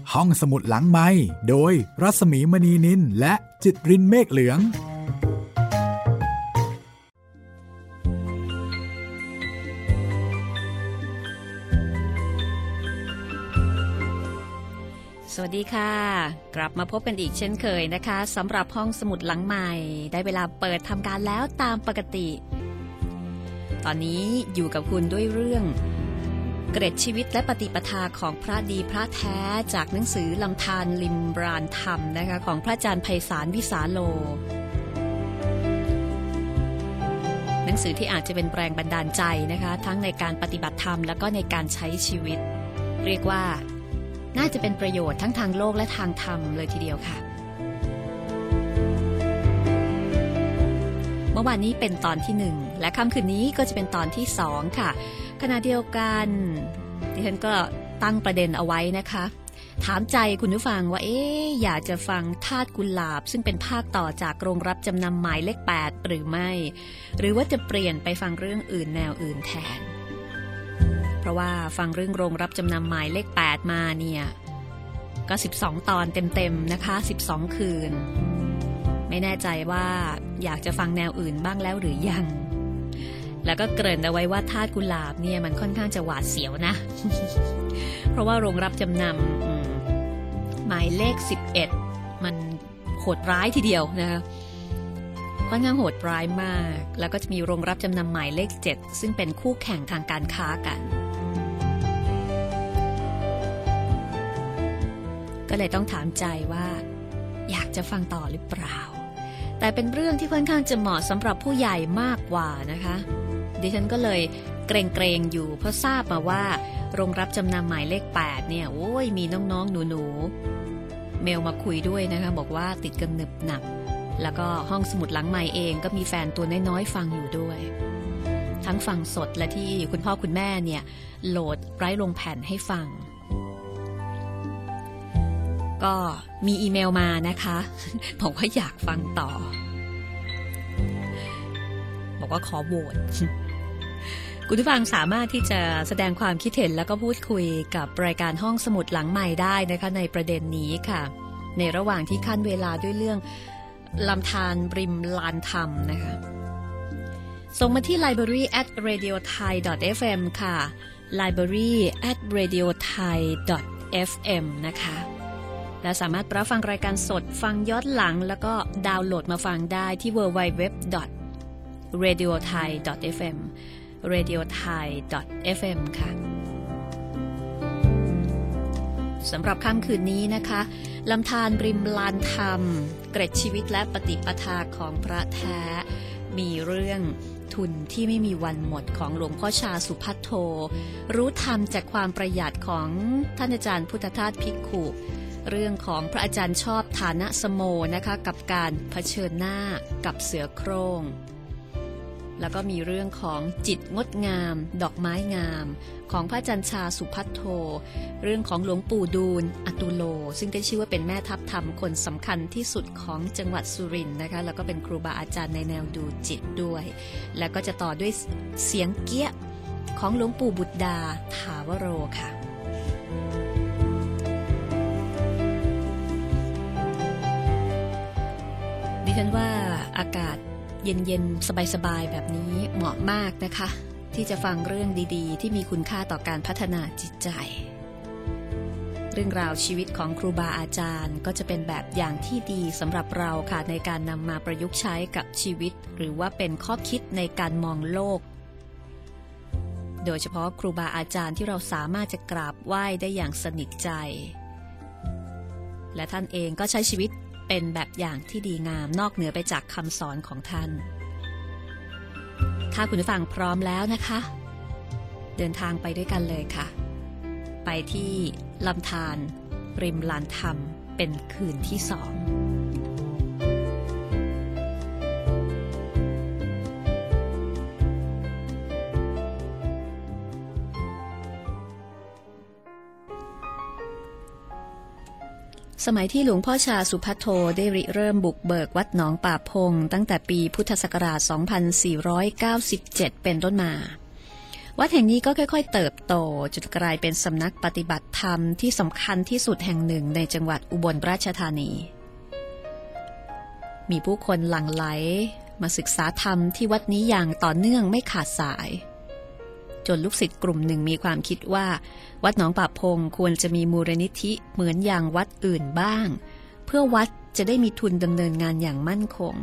ห้องสมุดหลังไมค์โดยรัศมีมณีนินและจิตรินเมฆเหลืองสวัสดีค่ะกลับมาพบกันอีกเช่นเคยนะคะสำหรับห้องสมุดหลังใหม่ได้เวลาเปิดทำการแล้วตามปกติตอนนี้อยู่กับคุณด้วยเรื่องเกร็ดชีวิตและปฏิปทาของพระดีพระแท้จากหนังสือลำธารริมรานธรรมนะคะของพระอาจารย์ไพศาลวิสาโลหนังสือที่อาจจะเป็นแรงบันดาลใจนะคะทั้งในการปฏิบัติธรรมและก็ในการใช้ชีวิตเรียกว่าน่าจะเป็นประโยชน์ทั้งทางโลกและทางธรรมเลยทีเดียวค่ะเมื่อวานนี้เป็นตอนที่1และค่ำคืนนี้ก็จะเป็นตอนที่2ค่ะขณะเดียวกันดิฉันก็ตั้งประเด็นเอาไว้นะคะถามใจคุณผู้ฟังว่าอยากจะฟังธาตุกุหลาบซึ่งเป็นภาคต่อจากโรงรับจำนำหมายเลข8หรือไม่หรือว่าจะเปลี่ยนไปฟังเรื่องอื่นแนวอื่นแทนเพราะว่าฟังเรื่องโรงรับจำนำหมายเลข8มาเนี่ยก็12ตอนเต็มๆนะคะ12คืนไม่แน่ใจว่าอยากจะฟังแนวอื่นบ้างแล้วหรือยังแล้วก็เกริ่นเอาไว้ว่าธาตุกุหลาบเนี่ยมันค่อนข้างจะหวาดเสียวนะ เพราะว่าโรงรับจำนำหมายเลข11มันโหดร้ายทีเดียวนะคะค่อนข้างโหดร้ายมากแล้วก็จะมีโรงรับจำนำหมายเลข7ซึ่งเป็นคู่แข่งทางการค้ากันก็เลยต้องถามใจว่าอยากจะฟังต่อหรือเปล่าแต่เป็นเรื่องที่ค่อนข้างจะเหมาะสำหรับผู้ใหญ่มากกว่านะคะดิฉันก็เลยเกรงๆอยู่เพราะทราบมาว่าโรงรับจำนำหมายเลข8เนี่ยโอ้ยมีน้องๆหนูๆเมลมาคุยด้วยนะคะบอกว่าติดกันหนึบหนับแล้วก็ห้องสมุดหลังใหม่เองก็มีแฟนตัวน้อยๆฟังอยู่ด้วยทั้งฟังสดและที่คุณพ่อคุณแม่เนี่ยโหลดไว้ลงแผ่นให้ฟังก็มีอีเมลมานะคะบอกว่าอยากฟังต่อบอกว่าขอโหวตคุณผู้ฟังสามารถที่จะแสดงความคิดเห็นแล้วก็พูดคุยกับรายการห้องสมุดหลังใหม่ได้นะคะในประเด็นนี้ค่ะในระหว่างที่ขั้นเวลาด้วยเรื่องลำธารริมลานธรรมนะคะส่งมาที่ library@radiothai.fm ค่ะ library@radiothai.fm นะคะและสามารถรับฟังรายการสดฟังย้อนหลังแล้วก็ดาวน์โหลดมาฟังได้ที่ www.radiothai.fm radiothai.fm ค่ะสำหรับค่ำคืนนี้นะคะลำธารริมลานธรรมเกร็ดชีวิตและปฏิปทาของพระแท้มีเรื่องทุนที่ไม่มีวันหมดของหลวงพ่อชาสุภัทโทรู้ธรรมจากความประหยัดของท่านอาจารย์พุทธทาสภิกขุเรื่องของพระอาจารย์ชอบฐานะสโมนะคะกับการเผชิญหน้ากับเสือโคร่งแล้วก็มีเรื่องของจิตงดงามดอกไม้งามของพระอาจารย์ชาสุภัทโทเรื่องของหลวงปู่ดูลอตุโลซึ่งได้ชื่อว่าเป็นแม่ทัพธรรมคนสำคัญที่สุดของจังหวัดสุรินทร์นะคะแล้วก็เป็นครูบาอาจารย์ในแนวดูจิตด้วยแล้วก็จะต่อด้วยเสียงเกี้ยของหลวงปู่บุตรดาถาวโรค่ะดิฉันว่าอากาศเย็นๆสบายๆแบบนี้เหมาะมากนะคะที่จะฟังเรื่องดีๆที่มีคุณค่าต่อการพัฒนาจิตใจเรื่องราวชีวิตของครูบาอาจารย์ก็จะเป็นแบบอย่างที่ดีสำหรับเราค่ะในการนำมาประยุกต์ใช้กับชีวิตหรือว่าเป็นข้อคิดในการมองโลกโดยเฉพาะครูบาอาจารย์ที่เราสามารถจะกราบไหว้ได้อย่างสนิทใจและท่านเองก็ใช้ชีวิตเป็นแบบอย่างที่ดีงามนอกเหนือไปจากคำสอนของท่านถ้าคุณผู้ฟังพร้อมแล้วนะคะเดินทางไปด้วยกันเลยค่ะไปที่ลำธารริมลานธรรมเป็นคืนที่2สมัยที่หลวงพ่อชาสุภัทโทได้ริเริ่มบุกเบิกวัดหนองป่าพงตั้งแต่ปีพุทธศักราช 2497 เป็นต้นมาวัดแห่งนี้ก็ค่อยๆเติบโตจนกลายเป็นสำนักปฏิบัติธรรมที่สำคัญที่สุดแห่งหนึ่งในจังหวัดอุบลราชธานีมีผู้คนหลั่งไหลมาศึกษาธรรมที่วัดนี้อย่างต่อเนื่องไม่ขาดสายจนลูกศิษย์กลุ่มหนึ่งมีความคิดว่าวัดหนองป่าพงควรจะมีมูลนิธิเหมือนอย่างวัดอื่นบ้างเพื่อวัดจะได้มีทุนดำเนินงานอย่างมั่นคง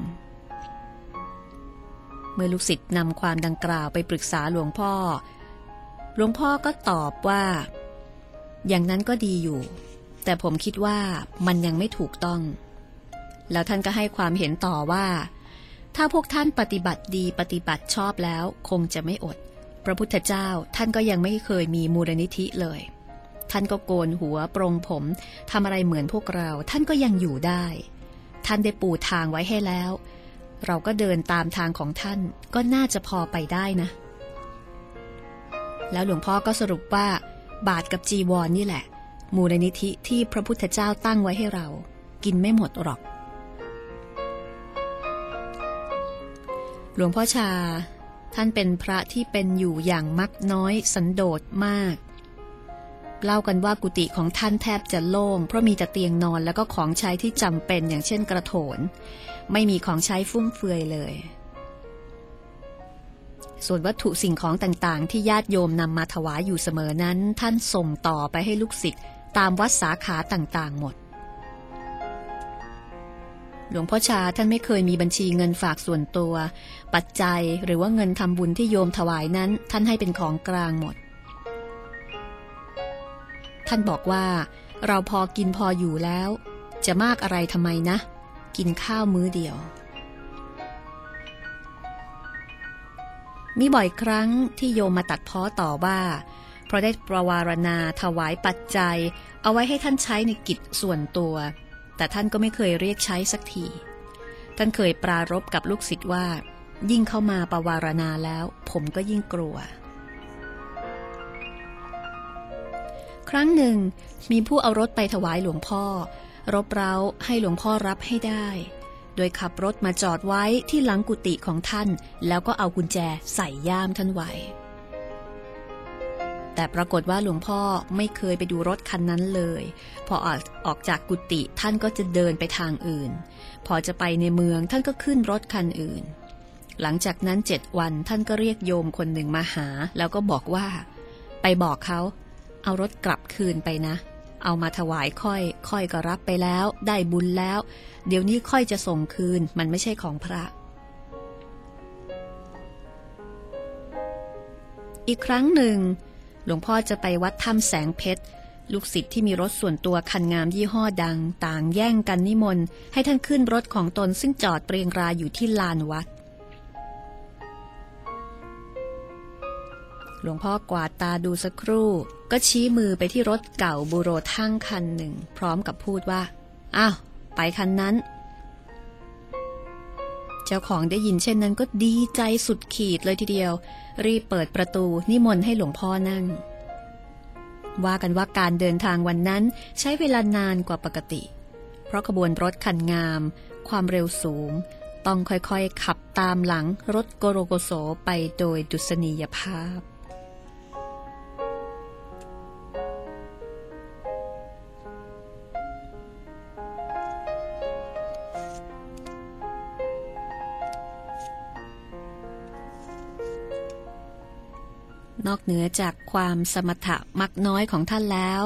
เมื่อลูกศิษย์นำความดังกล่าวไปปรึกษาหลวงพ่อก็ตอบว่าอย่างนั้นก็ดีอยู่แต่ผมคิดว่ามันยังไม่ถูกต้องแล้วท่านก็ให้ความเห็นต่อว่าถ้าพวกท่านปฏิบัติดีปฏิบัติชอบแล้วคงจะไม่อดพระพุทธเจ้าท่านก็ยังไม่เคยมีมูลนิธิเลยท่านก็โกนหัวปรงผมทำอะไรเหมือนพวกเราท่านก็ยังอยู่ได้ท่านได้ปูทางไว้ให้แล้วเราก็เดินตามทางของท่านก็น่าจะพอไปได้นะแล้วหลวงพ่อก็สรุปว่าบาทกับจีวร นี่แหละมูลนิธิที่พระพุทธเจ้าตั้งไว้ให้เรากินไม่หมดหรอกหลวงพ่อชาท่านเป็นพระที่เป็นอยู่อย่างมักน้อยสันโดษมากเล่ากันว่ากุฏิของท่านแทบจะโล่งเพราะมีแต่เตียงนอนแล้วก็ของใช้ที่จำเป็นอย่างเช่นกระโถนไม่มีของใช้ฟุ่มเฟือยเลยส่วนวัตถุสิ่งของต่างๆที่ญาติโยมนำมาถวายอยู่เสมอนั้นท่านส่งต่อไปให้ลูกศิษย์ตามวัดสาขาต่างๆหมดหลวงพ่อชาท่านไม่เคยมีบัญชีเงินฝากส่วนตัวปัจจัยหรือว่าเงินทำบุญที่โยมถวายนั้นท่านให้เป็นของกลางหมดท่านบอกว่าเราพอกินพออยู่แล้วจะมากอะไรทำไมนะกินข้าวมื้อเดียวมีบ่อยครั้งที่โยมมาตัดพ้อต่อว่าเพราะได้ประวารณาถวายปัจจัยเอาไว้ให้ท่านใช้ในกิจส่วนตัวแต่ท่านก็ไม่เคยเรียกใช้สักทีท่านเคยปรารภกับลูกศิษย์ว่ายิ่งเข้ามาประวารณาแล้วผมก็ยิ่งกลัวครั้งหนึ่งมีผู้เอารถไปถวายหลวงพ่อรบเร้าให้หลวงพ่อรับให้ได้โดยขับรถมาจอดไว้ที่หลังกุฏิของท่านแล้วก็เอากุญแจใส่ย่ามท่านไว้แต่ปรากฏว่าหลวงพ่อไม่เคยไปดูรถคันนั้นเลยพอออกจากกุฏิท่านก็จะเดินไปทางอื่นพอจะไปในเมืองท่านก็ขึ้นรถคันอื่นหลังจากนั้น7 วันท่านก็เรียกโยมคนหนึ่งมาหาแล้วก็บอกว่าไปบอกเขาเอารถกลับคืนไปนะเอามาถวายค่อยก็รับไปแล้วได้บุญแล้วเดี๋ยวนี้ค่อยจะส่งคืนมันไม่ใช่ของพระอีกครั้งหนึ่งหลวงพ่อจะไปวัดถ้ำแสงเพชรลูกศิษย์ที่มีรถส่วนตัวคันงามยี่ห้อดังต่างแย่งกันนิมนต์ให้ท่านขึ้นรถของตนซึ่งจอดเรียงรายอยู่ที่ลานวัดหลวงพ่อกวาดตาดูสักครู่ก็ชี้มือไปที่รถเก่าบูโรทั่งคันหนึ่งพร้อมกับพูดว่าอ้าวไปคันนั้นเจ้าของได้ยินเช่นนั้นก็ดีใจสุดขีดเลยทีเดียวรีบเปิดประตูนิมนต์ให้หลวงพ่อนั่งว่ากันว่าการเดินทางวันนั้นใช้เวลานานกว่าปกติเพราะขบวนรถคันงามความเร็วสูงต้องค่อยๆขับตามหลังรถโกโรโกโสไปโดยดุษณียภาพนอกเหนือจากความสมถะมักน้อยของท่านแล้ว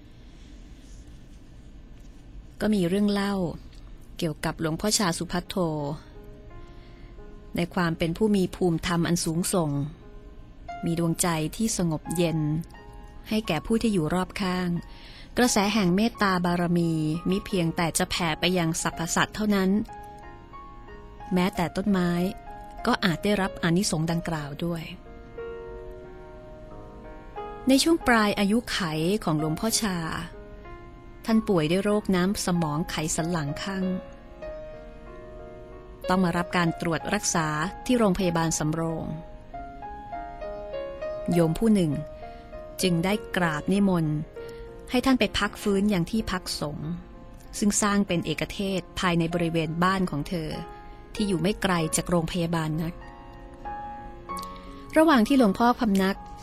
ก็มีเรื่องเล่าเกี่ยวกับหลวงพ่อชาสุภัทโทในความเป็นผู้มีภูมิธรรมอันสูงส่งมีดวงใจที่สงบเย็นให้แก่ผู้ที่อยู่รอบข้างกระแสแห่งเมตตาบารมีมิเพียงแต่จะแผ่ไปยังสรรพสัตว์เท่านั้นแม้แต่ต้นไม้ก็อาจได้รับอานิสงส์ดังกล่าวด้วยในช่วงปลายอายุไขของหลวงพ่อชาท่านป่วยด้วยโรคน้ำสมองไขสันหลังข้างต้องมารับการตรวจรักษาที่โรงพยาบาลสำโรงโยมผู้หนึ่งจึงได้กราบนิมนต์ให้ท่านไปพักฟื้นอย่างที่พักสงฆ์ซึ่งสร้างเป็นเอกเทศภายในบริเวณบ้านของเธอที่อยู่ไม่ไกลจากโรงพยาบาลนักระหว่างที่หลวงพ่อพำนัก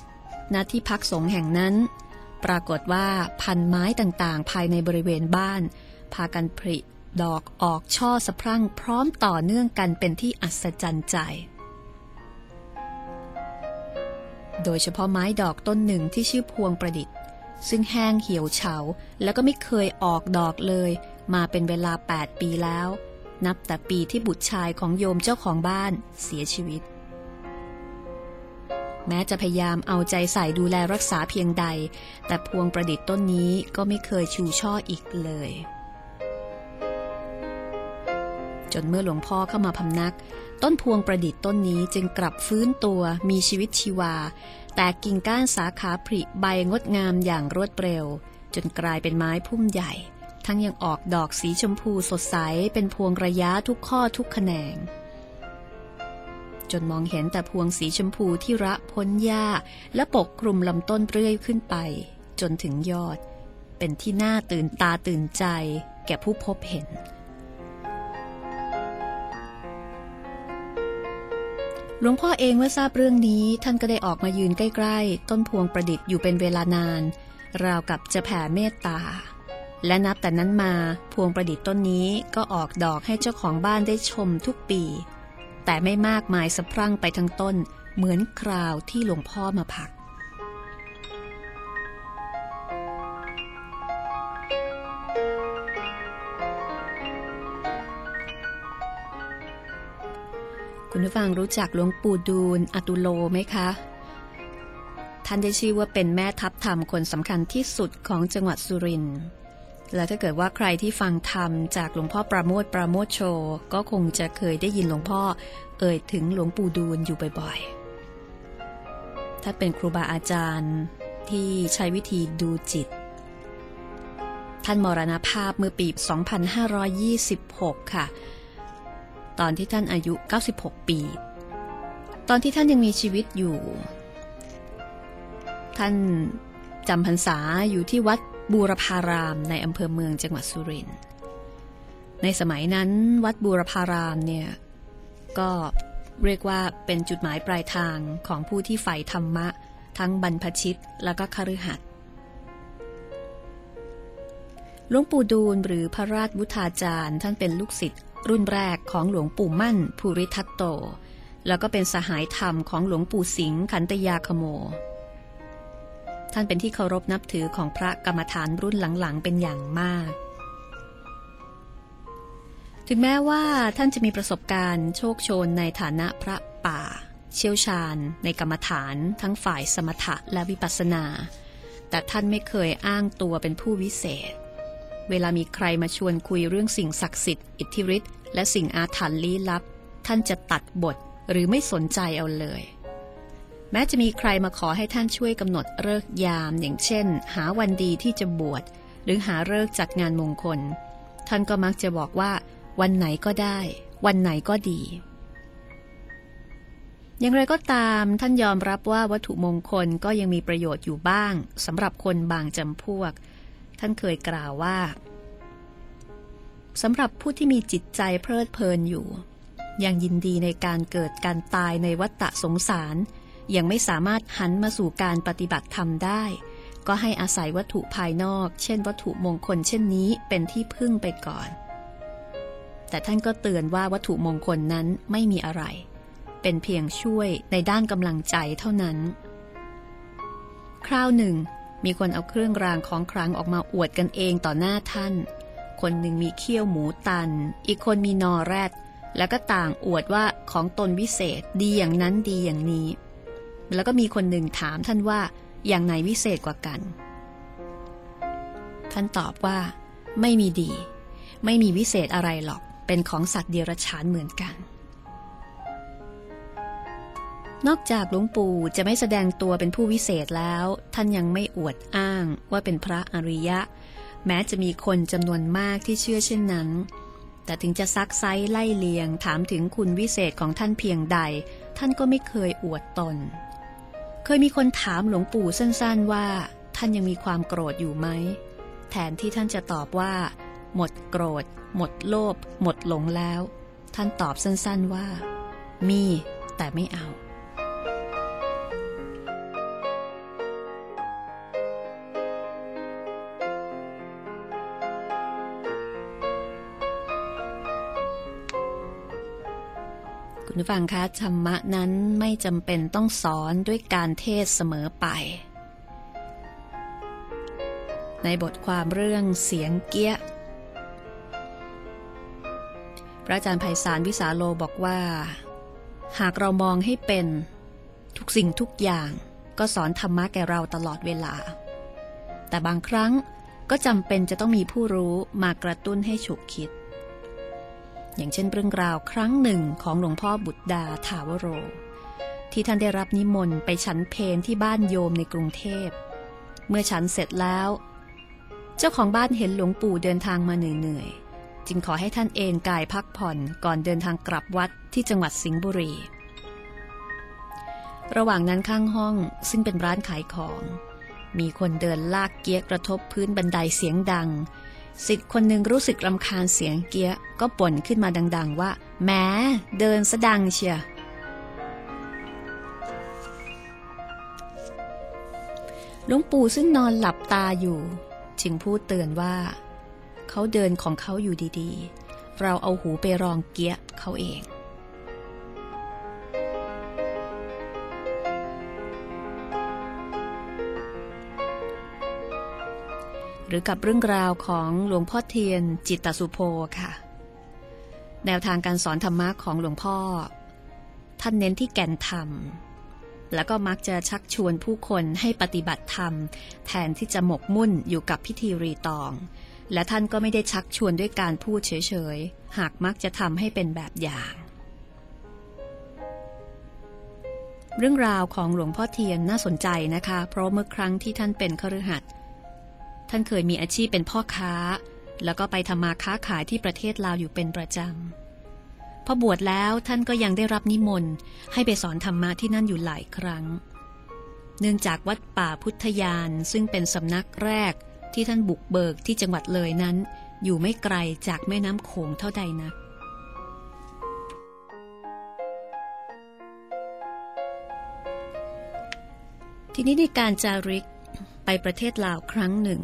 ณที่พักสงฆ์แห่งนั้นปรากฏว่าพันไม้ต่างๆภายในบริเวณบ้านพากันผลิดอกออกช่อสะพรั่งพร้อมต่อเนื่องกันเป็นที่อัศจรรย์ใจโดยเฉพาะไม้ดอกต้นหนึ่งที่ชื่อพวงประดิษฐ์ซึ่งแห้งเหี่ยวเฉาแล้วก็ไม่เคยออกดอกเลยมาเป็นเวลา8 ปีแล้วนับแต่ปีที่บุตรชายของโยมเจ้าของบ้านเสียชีวิตแม้จะพยายามเอาใจใส่ดูแลรักษาเพียงใดแต่พวงประดิษฐ์ต้นนี้ก็ไม่เคยชูช่ออีกเลยจนเมื่อหลวงพ่อเข้ามาพำนักต้นพวงประดิษฐ์ต้นนี้จึงกลับฟื้นตัวมีชีวิตชีวาแตกกิ่งก้านสาขาผลิใบงดงามอย่างรวดเร็วจนกลายเป็นไม้พุ่มใหญ่ทั้งยังออกดอกสีชมพูสดใสเป็นพวงระยะทุกข้อทุกแขนงจนมองเห็นแต่พวงสีชมพูที่ระพ้นหญ้าและปกคลุมลำต้นเรื่อยขึ้นไปจนถึงยอดเป็นที่น่าตื่นตาตื่นใจแก่ผู้พบเห็นหลวงพ่อเองเมื่อทราบเรื่องนี้ท่านก็ได้ออกมายืนใกล้ๆต้นพวงประดิษฐ์อยู่เป็นเวลานานราวกับจะแผ่เมตตาและนับแต่นั้นมาพวงประดิษฐ์ต้นนี้ก็ออกดอกให้เจ้าของบ้านได้ชมทุกปีแต่ไม่มากมายสะพรั่งไปทั้งต้นเหมือนคราวที่หลวงพ่อมาพักคุณผู้ฟังรู้จักหลวงปู่ดูลย์อตุโลไหมคะท่านได้ชื่อว่าเป็นแม่ทัพธรรมคนสำคัญที่สุดของจังหวัดสุรินทร์และถ้าเกิดว่าใครที่ฟังธรรมจากหลวงพ่อปราโมทย์โชก็คงจะเคยได้ยินหลวงพ่อเอ่ยถึงหลวงปู่ดูลย์อยู่บ่อยๆถ้าเป็นครูบาอาจารย์ที่ใช้วิธีดูจิตท่านมรณภาพเมื่อปี 2526 ค่ะตอนที่ท่านอายุ96 ปีตอนที่ท่านยังมีชีวิตอยู่ท่านจำพรรษาอยู่ที่วัดบูรพารามในอำเภอเมืองจังหวัดสุรินทร์ในสมัยนั้นวัดบูรพารามเนี่ยก็เรียกว่าเป็นจุดหมายปลายทางของผู้ที่ใฝ่ธรรมะทั้งบรรพชิตและก็คฤหัสถ์หลวงปู่ดูลย์หรือพระราชวุฒาจารย์ท่านเป็นลูกศิษย์รุ่นแรกของหลวงปู่มั่นภูริทัตโตแล้วก็เป็นสหายธรรมของหลวงปู่สิงห์ขันตยาคโมท่านเป็นที่เคารพนับถือของพระกรรมฐานรุ่นหลังๆเป็นอย่างมากถึงแม้ว่าท่านจะมีประสบการณ์โชคโชนในฐานะพระป่าเชี่ยวชาญในกรรมฐานทั้งฝ่ายสมถะและวิปัสสนาแต่ท่านไม่เคยอ้างตัวเป็นผู้วิเศษเวลามีใครมาชวนคุยเรื่องสิ่งศักดิ์สิทธิ์อิทธิฤทธิ์และสิ่งอาถรรพ์ลี้ลับท่านจะตัดบทหรือไม่สนใจเอาเลยแม้จะมีใครมาขอให้ท่านช่วยกำหนดฤกษ์ยามอย่างเช่นหาวันดีที่จะบวชหรือหาฤกษ์จัดงานมงคลท่านก็มักจะบอกว่าวันไหนก็ได้วันไหนก็ดีอย่างไรก็ตามท่านยอมรับว่าวัตถุมงคลก็ยังมีประโยชน์อยู่บ้างสำหรับคนบางจำพวกท่านเคยกล่าวว่าสำหรับผู้ที่มีจิตใจเพลิดเพลินอยู่ยังยินดีในการเกิดการตายในวัฏฏะสงสารยังไม่สามารถหันมาสู่การปฏิบัติธรรมได้ก็ให้อาศัยวัตถุภายนอกเช่นวัตถุมงคลเช่นนี้เป็นที่พึ่งไปก่อนแต่ท่านก็เตือนว่าวัตถุมงคลนั้นไม่มีอะไรเป็นเพียงช่วยในด้านกำลังใจเท่านั้นคราวหนึ่งมีคนเอาเครื่องรางของขลังออกมาอวดกันเองต่อหน้าท่านคนหนึ่งมีเขี้ยวหมูตันอีกคนมีนอแรดแล้วก็ต่างอวดว่าของตนวิเศษดีอย่างนั้นดีอย่างนี้แล้วก็มีคนหนึ่งถามท่านว่าอย่างไหนวิเศษกว่ากันท่านตอบว่าไม่มีดีไม่มีวิเศษอะไรหรอกเป็นของสัตว์เดรัจฉานเหมือนกันนอกจากหลวงปู่จะไม่แสดงตัวเป็นผู้วิเศษแล้วท่านยังไม่อวดอ้างว่าเป็นพระอริยะแม้จะมีคนจำนวนมากที่เชื่อเช่นนั้นแต่ถึงจะซักไซ้ไล่เลียงถามถึงคุณวิเศษของท่านเพียงใดท่านก็ไม่เคยอวดตนเคยมีคนถามหลวงปู่สั้นๆว่าท่านยังมีความโกรธอยู่ไหมแทนที่ท่านจะตอบว่าหมดโกรธหมดโลภหมดหลงแล้วท่านตอบสั้นๆว่ามีแต่ไม่เอาคุณผู้ฟังคะธรรมะนั้นไม่จำเป็นต้องสอนด้วยการเทศเสมอไปในบทความเรื่องเสียงเกี้ยพระอาจารย์ไพศาลวิสาโลบอกว่าหากเรามองให้เป็นทุกสิ่งทุกอย่างก็สอนธรรมะแก่เราตลอดเวลาแต่บางครั้งก็จำเป็นจะต้องมีผู้รู้มากระตุ้นให้ฉุกคิดอย่างเช่นเรื่องราวครั้งหนึ่งของหลวงพ่อบุตรดาถาวโรที่ท่านได้รับนิมนต์ไปฉันเพลที่บ้านโยมในกรุงเทพเมื่อฉันเสร็จแล้วเจ้าของบ้านเห็นหลวงปู่เดินทางมาเหนื่อยๆจึงขอให้ท่านเอนกายพักผ่อนก่อนเดินทางกลับวัดที่จังหวัดสิงห์บุรีระหว่างนั้นข้างห้องซึ่งเป็นร้านขายของมีคนเดินลากเกี๊ยกระทบพื้นบันไดเสียงดังศิษย์คนหนึ่งรู้สึกรำคาญเสียงเกี๊ยก็บ่นขึ้นมาดังๆว่าแหมเดินซะดังเชียหลวงปู่ซึ่งนอนหลับตาอยู่จึงพูดเตือนว่าเขาเดินของเขาอยู่ดีๆเราเอาหูไปรองเกี๊ยเขาเองหรือกับเรื่องราวของหลวงพ่อเทียนจิตตสุโภค่ะแนวทางการสอนธรรมะของหลวงพ่อท่านเน้นที่แก่นธรรมแล้วก็มักจะชักชวนผู้คนให้ปฏิบัติธรรมแทนที่จะหมกมุ่นอยู่กับพิธีรีตองและท่านก็ไม่ได้ชักชวนด้วยการพูดเฉยๆหากมักจะทำให้เป็นแบบอย่างเรื่องราวของหลวงพ่อเทียนน่าสนใจนะคะเพราะเมื่อครั้งที่ท่านเป็นคฤหัสถ์ท่านเคยมีอาชีพเป็นพ่อค้าแล้วก็ไปทำมาค้าขายที่ประเทศลาวอยู่เป็นประจำพอบวชแล้วท่านก็ยังได้รับนิมนต์ให้ไปสอนธรรมะที่นั่นอยู่หลายครั้งเนื่องจากวัดป่าพุทธญาณซึ่งเป็นสำนักแรกที่ท่านบุกเบิกที่จังหวัดเลยนั้นอยู่ไม่ไกลจากแม่น้ำโขงเท่าใดนักทีนี้ในการจาริกไปประเทศลาวครั้งหนึ่ง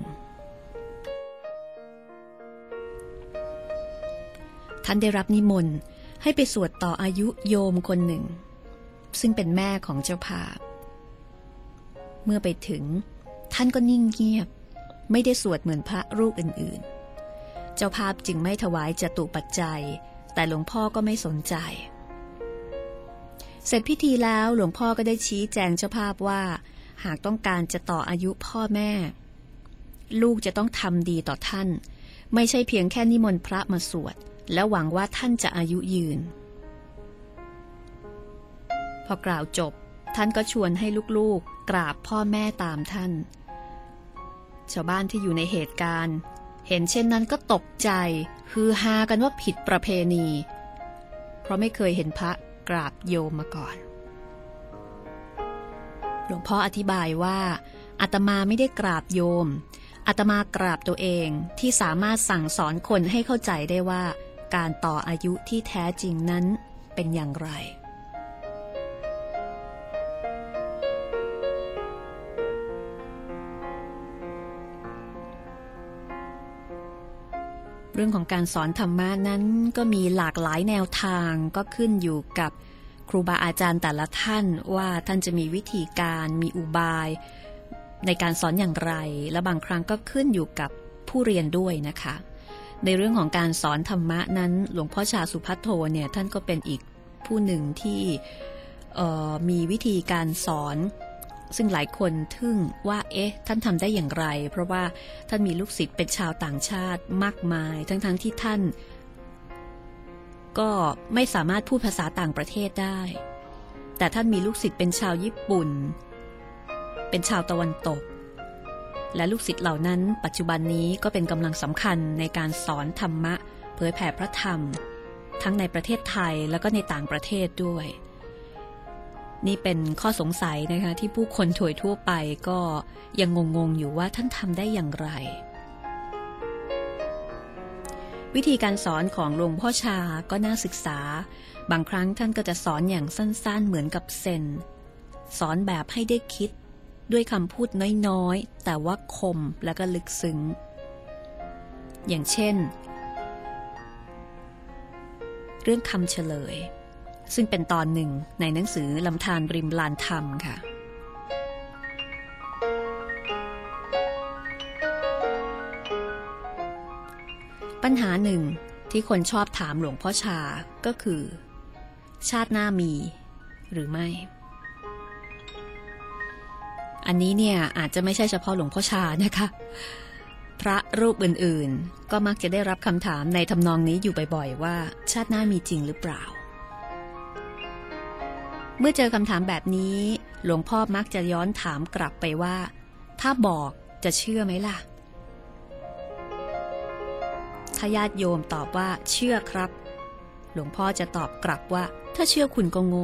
ท่านได้รับนิมนต์ให้ไปสวดต่ออายุโยมคนหนึ่งซึ่งเป็นแม่ของเจ้าภาพเมื่อไปถึงท่านก็นิ่งเงียบไม่ได้สวดเหมือนพระรูปอื่นๆเจ้าภาพจึงไม่ถวายจตุปัจจัยแต่หลวงพ่อก็ไม่สนใจเสร็จพิธีแล้วหลวงพ่อก็ได้ชี้แจงเจ้าภาพว่าหากต้องการจะต่ออายุพ่อแม่ลูกจะต้องทำดีต่อท่านไม่ใช่เพียงแค่นิมนต์พระมาสวดแล้วหวังว่าท่านจะอายุยืนพอกล่าวจบท่านก็ชวนให้ลูกๆกราบพ่อแม่ตามท่านชาวบ้านที่อยู่ในเหตุการณ์เห็นเช่นนั้นก็ตกใจฮือฮากันว่าผิดประเพณีเพราะไม่เคยเห็นพระกราบโยมมาก่อนหลวงพ่ออธิบายว่าอาตมาไม่ได้กราบโยมอาตมากราบตัวเองที่สามารถสั่งสอนคนให้เข้าใจได้ว่าการต่ออายุที่แท้จริงนั้นเป็นอย่างไรเรื่องของการสอนธรรมะนั้นก็มีหลากหลายแนวทางก็ขึ้นอยู่กับครูบาอาจารย์แต่ละท่านว่าท่านจะมีวิธีการมีอุบายในการสอนอย่างไรและบางครั้งก็ขึ้นอยู่กับผู้เรียนด้วยนะคะในเรื่องของการสอนธรรมะนั้นหลวงพ่อชาสุภัทโทเนี่ยท่านก็เป็นอีกผู้หนึ่งที่มีวิธีการสอนซึ่งหลายคนทึ่งว่าท่านทำได้อย่างไรเพราะว่าท่านมีลูกศิษย์เป็นชาวต่างชาติมากมายทั้งที่ท่านก็ไม่สามารถพูดภาษาต่างประเทศได้แต่ท่านมีลูกศิษย์เป็นชาวญี่ปุ่นเป็นชาวตะวันตกและลูกศิษย์เหล่านั้นปัจจุบันนี้ก็เป็นกำลังสำคัญในการสอนธรรมะเผยแผ่พระธรรมทั้งในประเทศไทยแล้วก็ในต่างประเทศด้วยนี่เป็นข้อสงสัยนะคะที่ผู้คนทั่วไปก็ยังงงๆอยู่ว่าท่านทำได้อย่างไรวิธีการสอนของหลวงพ่อชาก็น่าศึกษาบางครั้งท่านก็จะสอนอย่างสั้นๆเหมือนกับเซนสอนแบบให้ได้คิดด้วยคำพูดน้อยๆแต่ว่าคมและก็ลึกซึ้งอย่างเช่นเรื่องคำเฉลยซึ่งเป็นตอนหนึ่งในหนังสือลำธารริมลานธรรมค่ะปัญหาหนึ่งที่คนชอบถามหลวงพ่อชาก็คือชาติหน้ามีหรือไม่อันนี้เนี่ยอาจจะไม่ใช่เฉพาะหลวงพ่อชานะคะพระรูปอื่นๆก็มักจะได้รับคำถามในทำนองนี้อยู่บ่อยๆว่าชาติหน้ามีจริงหรือเปล่าเมื่อเจอคำถามแบบนี้หลวงพ่อมักจะย้อนถามกลับไปว่าถ้าบอกจะเชื่อไหมล่ะถ้าญาติโยมตอบว่าเชื่อครับหลวงพ่อจะตอบกลับว่าถ้าเชื่อคุณก็โง่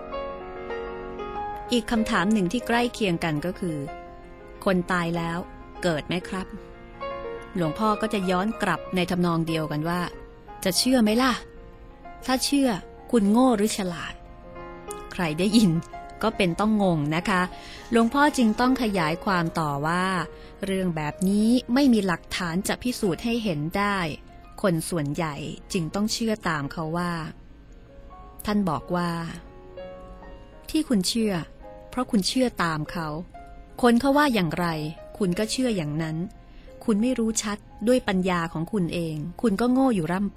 อีกคำถามหนึ่งที่ใกล้เคียงกันก็คือคนตายแล้วเกิดไหมครับหลวงพ่อก็จะย้อนกลับในทำนองเดียวกันว่าจะเชื่อไหมล่ะถ้าเชื่อคุณโง่หรือฉลาดใครได้ยินก็เป็นต้องงงนะคะหลวงพ่อจึงต้องขยายความต่อว่าเรื่องแบบนี้ไม่มีหลักฐานจะพิสูจน์ให้เห็นได้คนส่วนใหญ่จึงต้องเชื่อตามเขาว่าท่านบอกว่าที่คุณเชื่อเพราะคุณเชื่อตามเขาคนเขาว่าอย่างไรคุณก็เชื่ออย่างนั้นคุณไม่รู้ชัดด้วยปัญญาของคุณเองคุณก็โง่อยู่ร่ำไป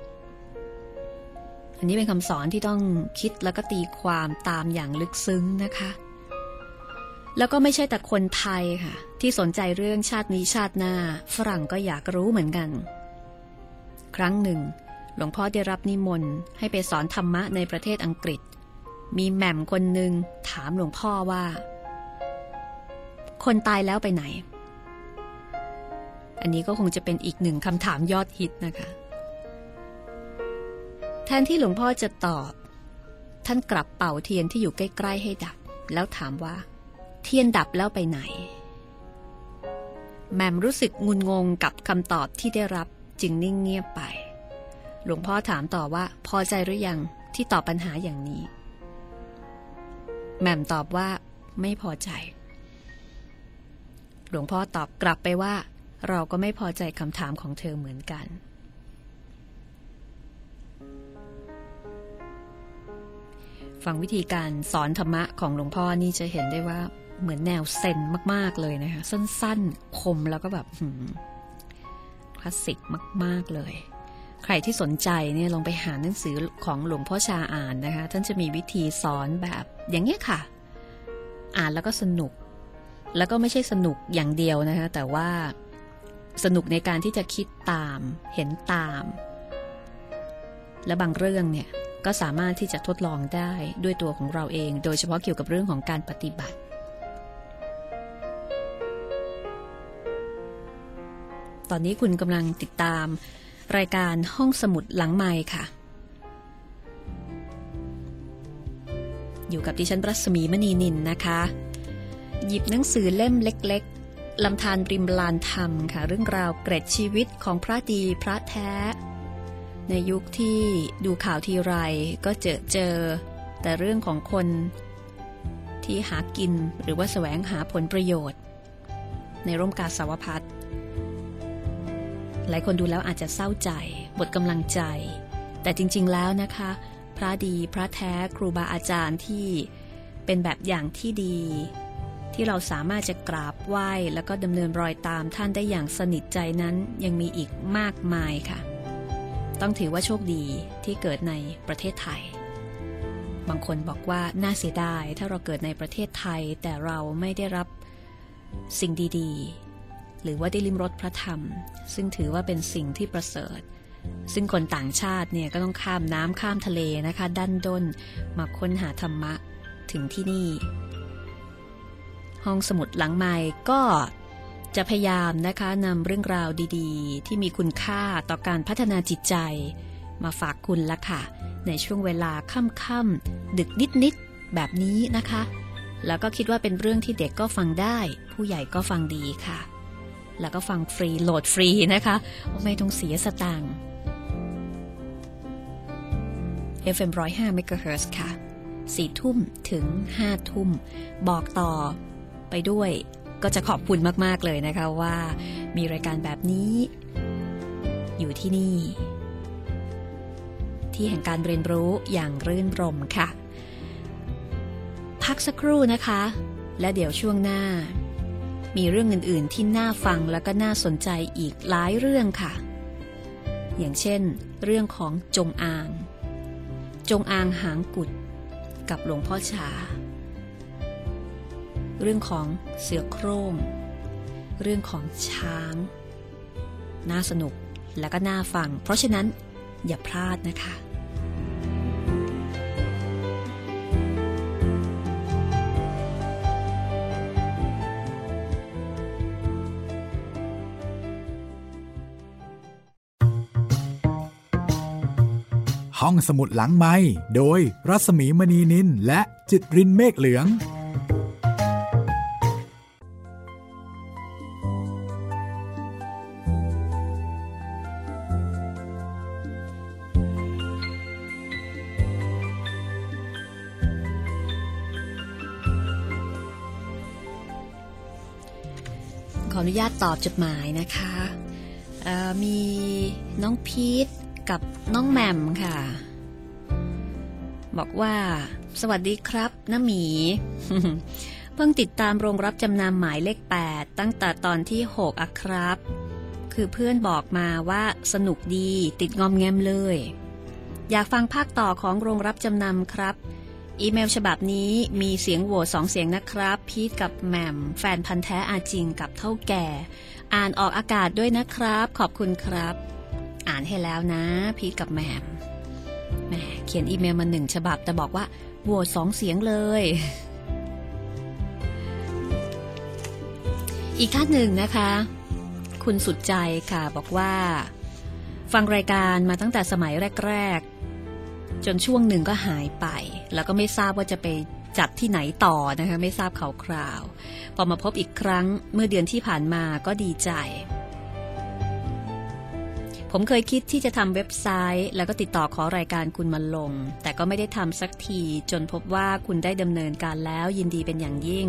อันนี้เป็นคำสอนที่ต้องคิดแล้วก็ตีความตามอย่างลึกซึ้งนะคะแล้วก็ไม่ใช่แต่คนไทยค่ะที่สนใจเรื่องชาตินี้ชาติหน้าฝรั่งก็อยากรู้เหมือนกันครั้งหนึ่งหลวงพ่อได้รับนิมนต์ให้ไปสอนธรรมะในประเทศอังกฤษมีแหม่มคนหนึ่งถามหลวงพ่อว่าคนตายแล้วไปไหนอันนี้ก็คงจะเป็นอีกหนึ่งคำถามยอดฮิตนะคะแทนที่หลวงพ่อจะตอบท่านกลับเป่าเทียนที่อยู่ใกล้ๆให้ดับแล้วถามว่าเทียนดับแล้วไปไหนแหม่มรู้สึกงุนงงกับคำตอบที่ได้รับจึงนิ่งเงียบไปหลวงพ่อถามต่อว่าพอใจหรือยังที่ตอบปัญหาอย่างนี้แหม่มตอบว่าไม่พอใจหลวงพ่อตอบกลับไปว่าเราก็ไม่พอใจคำถามของเธอเหมือนกันฟังวิธีการสอนธรรมะของหลวงพ่อนี่จะเห็นได้ว่าเหมือนแนวเซนมากๆเลยนะคะสั้นๆคมแล้วก็แบบคลาสสิกมากๆเลยใครที่สนใจเนี่ยลองไปหาหนังสือของหลวงพ่อชาอ่านนะคะท่านจะมีวิธีสอนแบบอย่างเงี้ยค่ะอ่านแล้วก็สนุกแล้วก็ไม่ใช่สนุกอย่างเดียวนะคะแต่ว่าสนุกในการที่จะคิดตามเห็นตามและบางเรื่องเนี่ยก็สามารถที่จะทดลองได้ด้วยตัวของเราเองโดยเฉพาะเกี่ยวกับเรื่องของการปฏิบัติตอนนี้คุณกำลังติดตามรายการห้องสมุดหลังไมค์ค่ะอยู่กับดิฉันรัศมีมณีนินนะคะหยิบหนังสือเล่มเล็กๆลำธารริมลานธรรมค่ะเรื่องราวเกร็ดชีวิตของพระดีพระแท้ในยุคที่ดูข่าวทีไรก็เจอแต่เรื่องของคนที่หากินหรือว่าแสวงหาผลประโยชน์ในร่มกาสาวพัสต์หลายคนดูแล้วอาจจะเศร้าใจหมดกำลังใจแต่จริงๆแล้วนะคะพระดีพระแท้ครูบาอาจารย์ที่เป็นแบบอย่างที่ดีที่เราสามารถจะกราบไหว้แล้วก็ดำเนินรอยตามท่านได้อย่างสนิทใจนั้นยังมีอีกมากมายค่ะต้องถือว่าโชคดีที่เกิดในประเทศไทยบางคนบอกว่าน่าเสียดายถ้าเราเกิดในประเทศไทยแต่เราไม่ได้รับสิ่งดีๆหรือว่าได้ลิ้มรสพระธรรมซึ่งถือว่าเป็นสิ่งที่ประเสริฐซึ่งคนต่างชาติเนี่ยก็ต้องข้ามน้ำข้ามทะเลนะคะดันด้นมาค้นหาธรรมะถึงที่นี่ห้องสมุดหลังไมค์ก็จะพยายามนะคะนำเรื่องราวดีๆที่มีคุณค่าต่อการพัฒนาจิตใจมาฝากคุณละค่ะในช่วงเวลาค่ำๆดึกนิดๆแบบนี้นะคะแล้วก็คิดว่าเป็นเรื่องที่เด็กก็ฟังได้ผู้ใหญ่ก็ฟังดีค่ะแล้วก็ฟังฟรีโหลดฟรีนะคะไม่ต้องเสียสตางค์ FM 105 MHz ค่ะ 4 ทุ่มถึง 5 ทุ่มบอกต่อไปด้วยก็จะขอบคุณมากๆเลยนะคะว่ามีรายการแบบนี้อยู่ที่นี่ที่แห่งการเรียนรู้อย่างรื่นรมย์ค่ะพักสักครู่นะคะและเดี๋ยวช่วงหน้ามีเรื่องอื่นๆที่น่าฟังและก็น่าสนใจอีกหลายเรื่องค่ะอย่างเช่นเรื่องของจงอางหางกุดกับหลวงพ่อชาเรื่องของเสือโคร่งเรื่องของช้างน่าสนุกและก็น่าฟังเพราะฉะนั้นอย่าพลาดนะคะห้องสมุดหลังไมค์โดยรัศมีมณีนินและจิตรินเมฆเหลืองขออนุญาตตอบจดหมายนะคะมีน้องพีทกับน้องแหม่มค่ะบอกว่าสวัสดีครับน้าหมี เพิ่งติดตามโรงรับจำนำหมายเลข8ตั้งแต่ตอนที่6อะครับคือเพื่อนบอกมาว่าสนุกดีติดงอมแงมเลยอยากฟังภาคต่อของโรงรับจำนำครับอีเมลฉบับนี้มีเสียงโหวต2เสียงนะครับพีทกับแหม่มแฟนพันธ์แท้อาจิงกับเท่าแก่อ่านออกอากาศด้วยนะครับขอบคุณครับอ่านให้แล้วนะพีทกับแหม่มแหมเขียนอีเมลมา1ฉบับแต่บอกว่าโหวต2เสียงเลยอีกท่านหนึ่งนะคะคุณสุดใจค่ะบอกว่าฟังรายการมาตั้งแต่สมัยแรกๆจนช่วงหนึ่งก็หายไปแล้วก็ไม่ทราบว่าจะไปจัดที่ไหนต่อนะคะไม่ทราบข่าวคราวพอมาพบอีกครั้งเมื่อเดือนที่ผ่านมาก็ดีใจผมเคยคิดที่จะทำเว็บไซต์แล้วก็ติดต่อขอรายการคุณมาลงแต่ก็ไม่ได้ทำสักทีจนพบว่าคุณได้ดำเนินการแล้วยินดีเป็นอย่างยิ่ง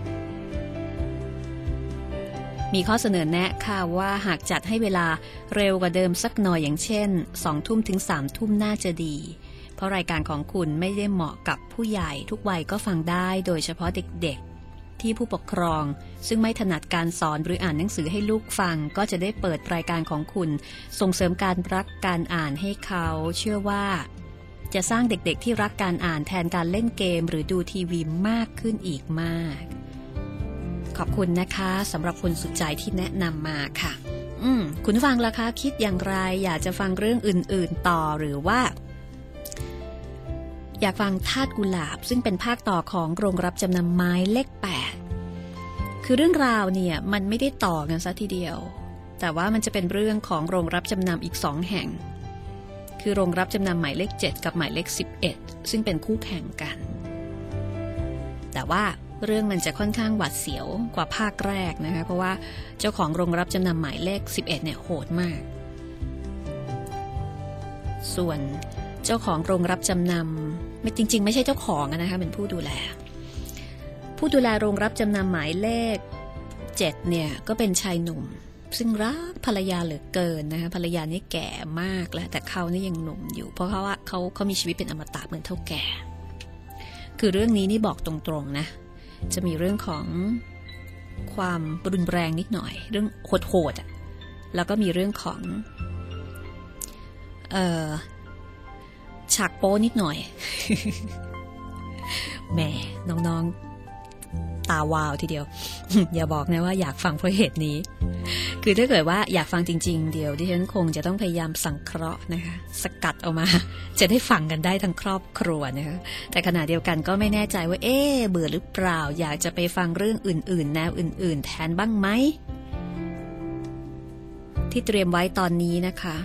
มีข้อเสนอแนะค่ะว่าหากจัดให้เวลาเร็วกว่าเดิมสักหน่อยอย่างเช่น 20:00 ถึง 3:00 น่าจะดีเพราะรายการของคุณไม่ได้เหมาะกับผู้ใหญ่ทุกวัยก็ฟังได้โดยเฉพาะเด็กๆที่ผู้ปกครองซึ่งไม่ถนัดการสอนหรืออ่านหนังสือให้ลูกฟังก็จะได้เปิดรายการของคุณส่งเสริมการรักการอ่านให้เขาเชื่อว่าจะสร้างเด็กๆที่รักการอ่านแทนการเล่นเกมหรือดูทีวีมากขึ้นอีกมากขอบคุณนะคะสำหรับคุณสุดใจที่แนะนำมาค่ะคุณฟังล่ะคะคิดอย่างไรอยากจะฟังเรื่องอื่นๆต่อหรือว่าอยากฟังทาสกุหลาบซึ่งเป็นภาคต่อของโรงรับจำนำไม้เลข8คือเรื่องราวเนี่ยมันไม่ได้ต่อกันซะทีเดียวแต่ว่ามันจะเป็นเรื่องของโรงรับจำนำอีก2แห่งคือโรงรับจำนำหมายเลข7กับหมายเลข11ซึ่งเป็นคู่แข่งกันแต่ว่าเรื่องมันจะค่อนข้างหวาดเสียวกว่าภาคแรกนะคะเพราะว่าเจ้าของโรงรับจำนำหมายเลข11เนี่ยโหดมากส่วนเจ้าของโรงรับจำนำไม่จริงๆไม่ใช่เจ้าของนะคะเป็นผู้ดูแลโรงรับจำนำหมายเลข7เนี่ยก็เป็นชายหนุ่มซึ่งรักภรรยาเหลือเกินนะคะภรรยานี่แก่มากแล้วแต่เขานี่ยังหนุ่มอยู่เพราะว่าเขามีชีวิตเป็นอมตะเหมือนเท่าแก่คือเรื่องนี้นี่บอกตรงๆนะจะมีเรื่องของความรุนแรงนิดหน่อยเรื่องโหดๆอ่ะแล้วก็มีเรื่องของฉากโป้นิดหน่อย แหมน้องๆตาวาวทีเดียว อย่าบอกนะว่าอยากฟังเพราะเหตุนี้คือถ้าเกิดว่าอยากฟังจริงๆเดี๋ยวดิฉันคงจะต้องพยายามสังเคราะห์นะคะสกัดออกมาจะได้ฟังกันได้ทั้งครอบครัวนะคะแต่ขณะเดียวกันก็ไม่แน่ใจว่าเบื่อหรือเปล่าอยากจะไปฟังเรื่องอื่นๆแนวอื่นๆแทนบ้างไหมที่เตรียมไว้ตอนนี้นะคะ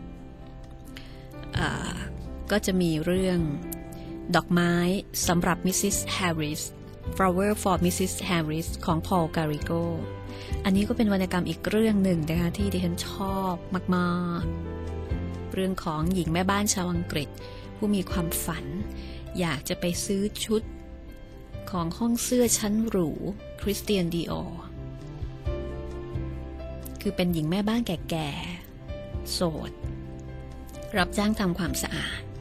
ก็จะมีเรื่องดอกไม้สำหรับ Mrs. Harris Flower for Mrs. Harris ของ Paul Garrigo อันนี้ก็เป็นวรรณกรรมอีกเรื่องหนึ่งนะคะที่ดิฉันชอบมากๆเรื่องของหญิงแม่บ้านชาวอังกฤษผู้มีความฝันอยากจะไปซื้อชุดของห้องเสื้อชั้นหรู Christian Dior คือเป็นหญิงแม่บ้านแก่ๆโสดรับจ้างทำความสะอาด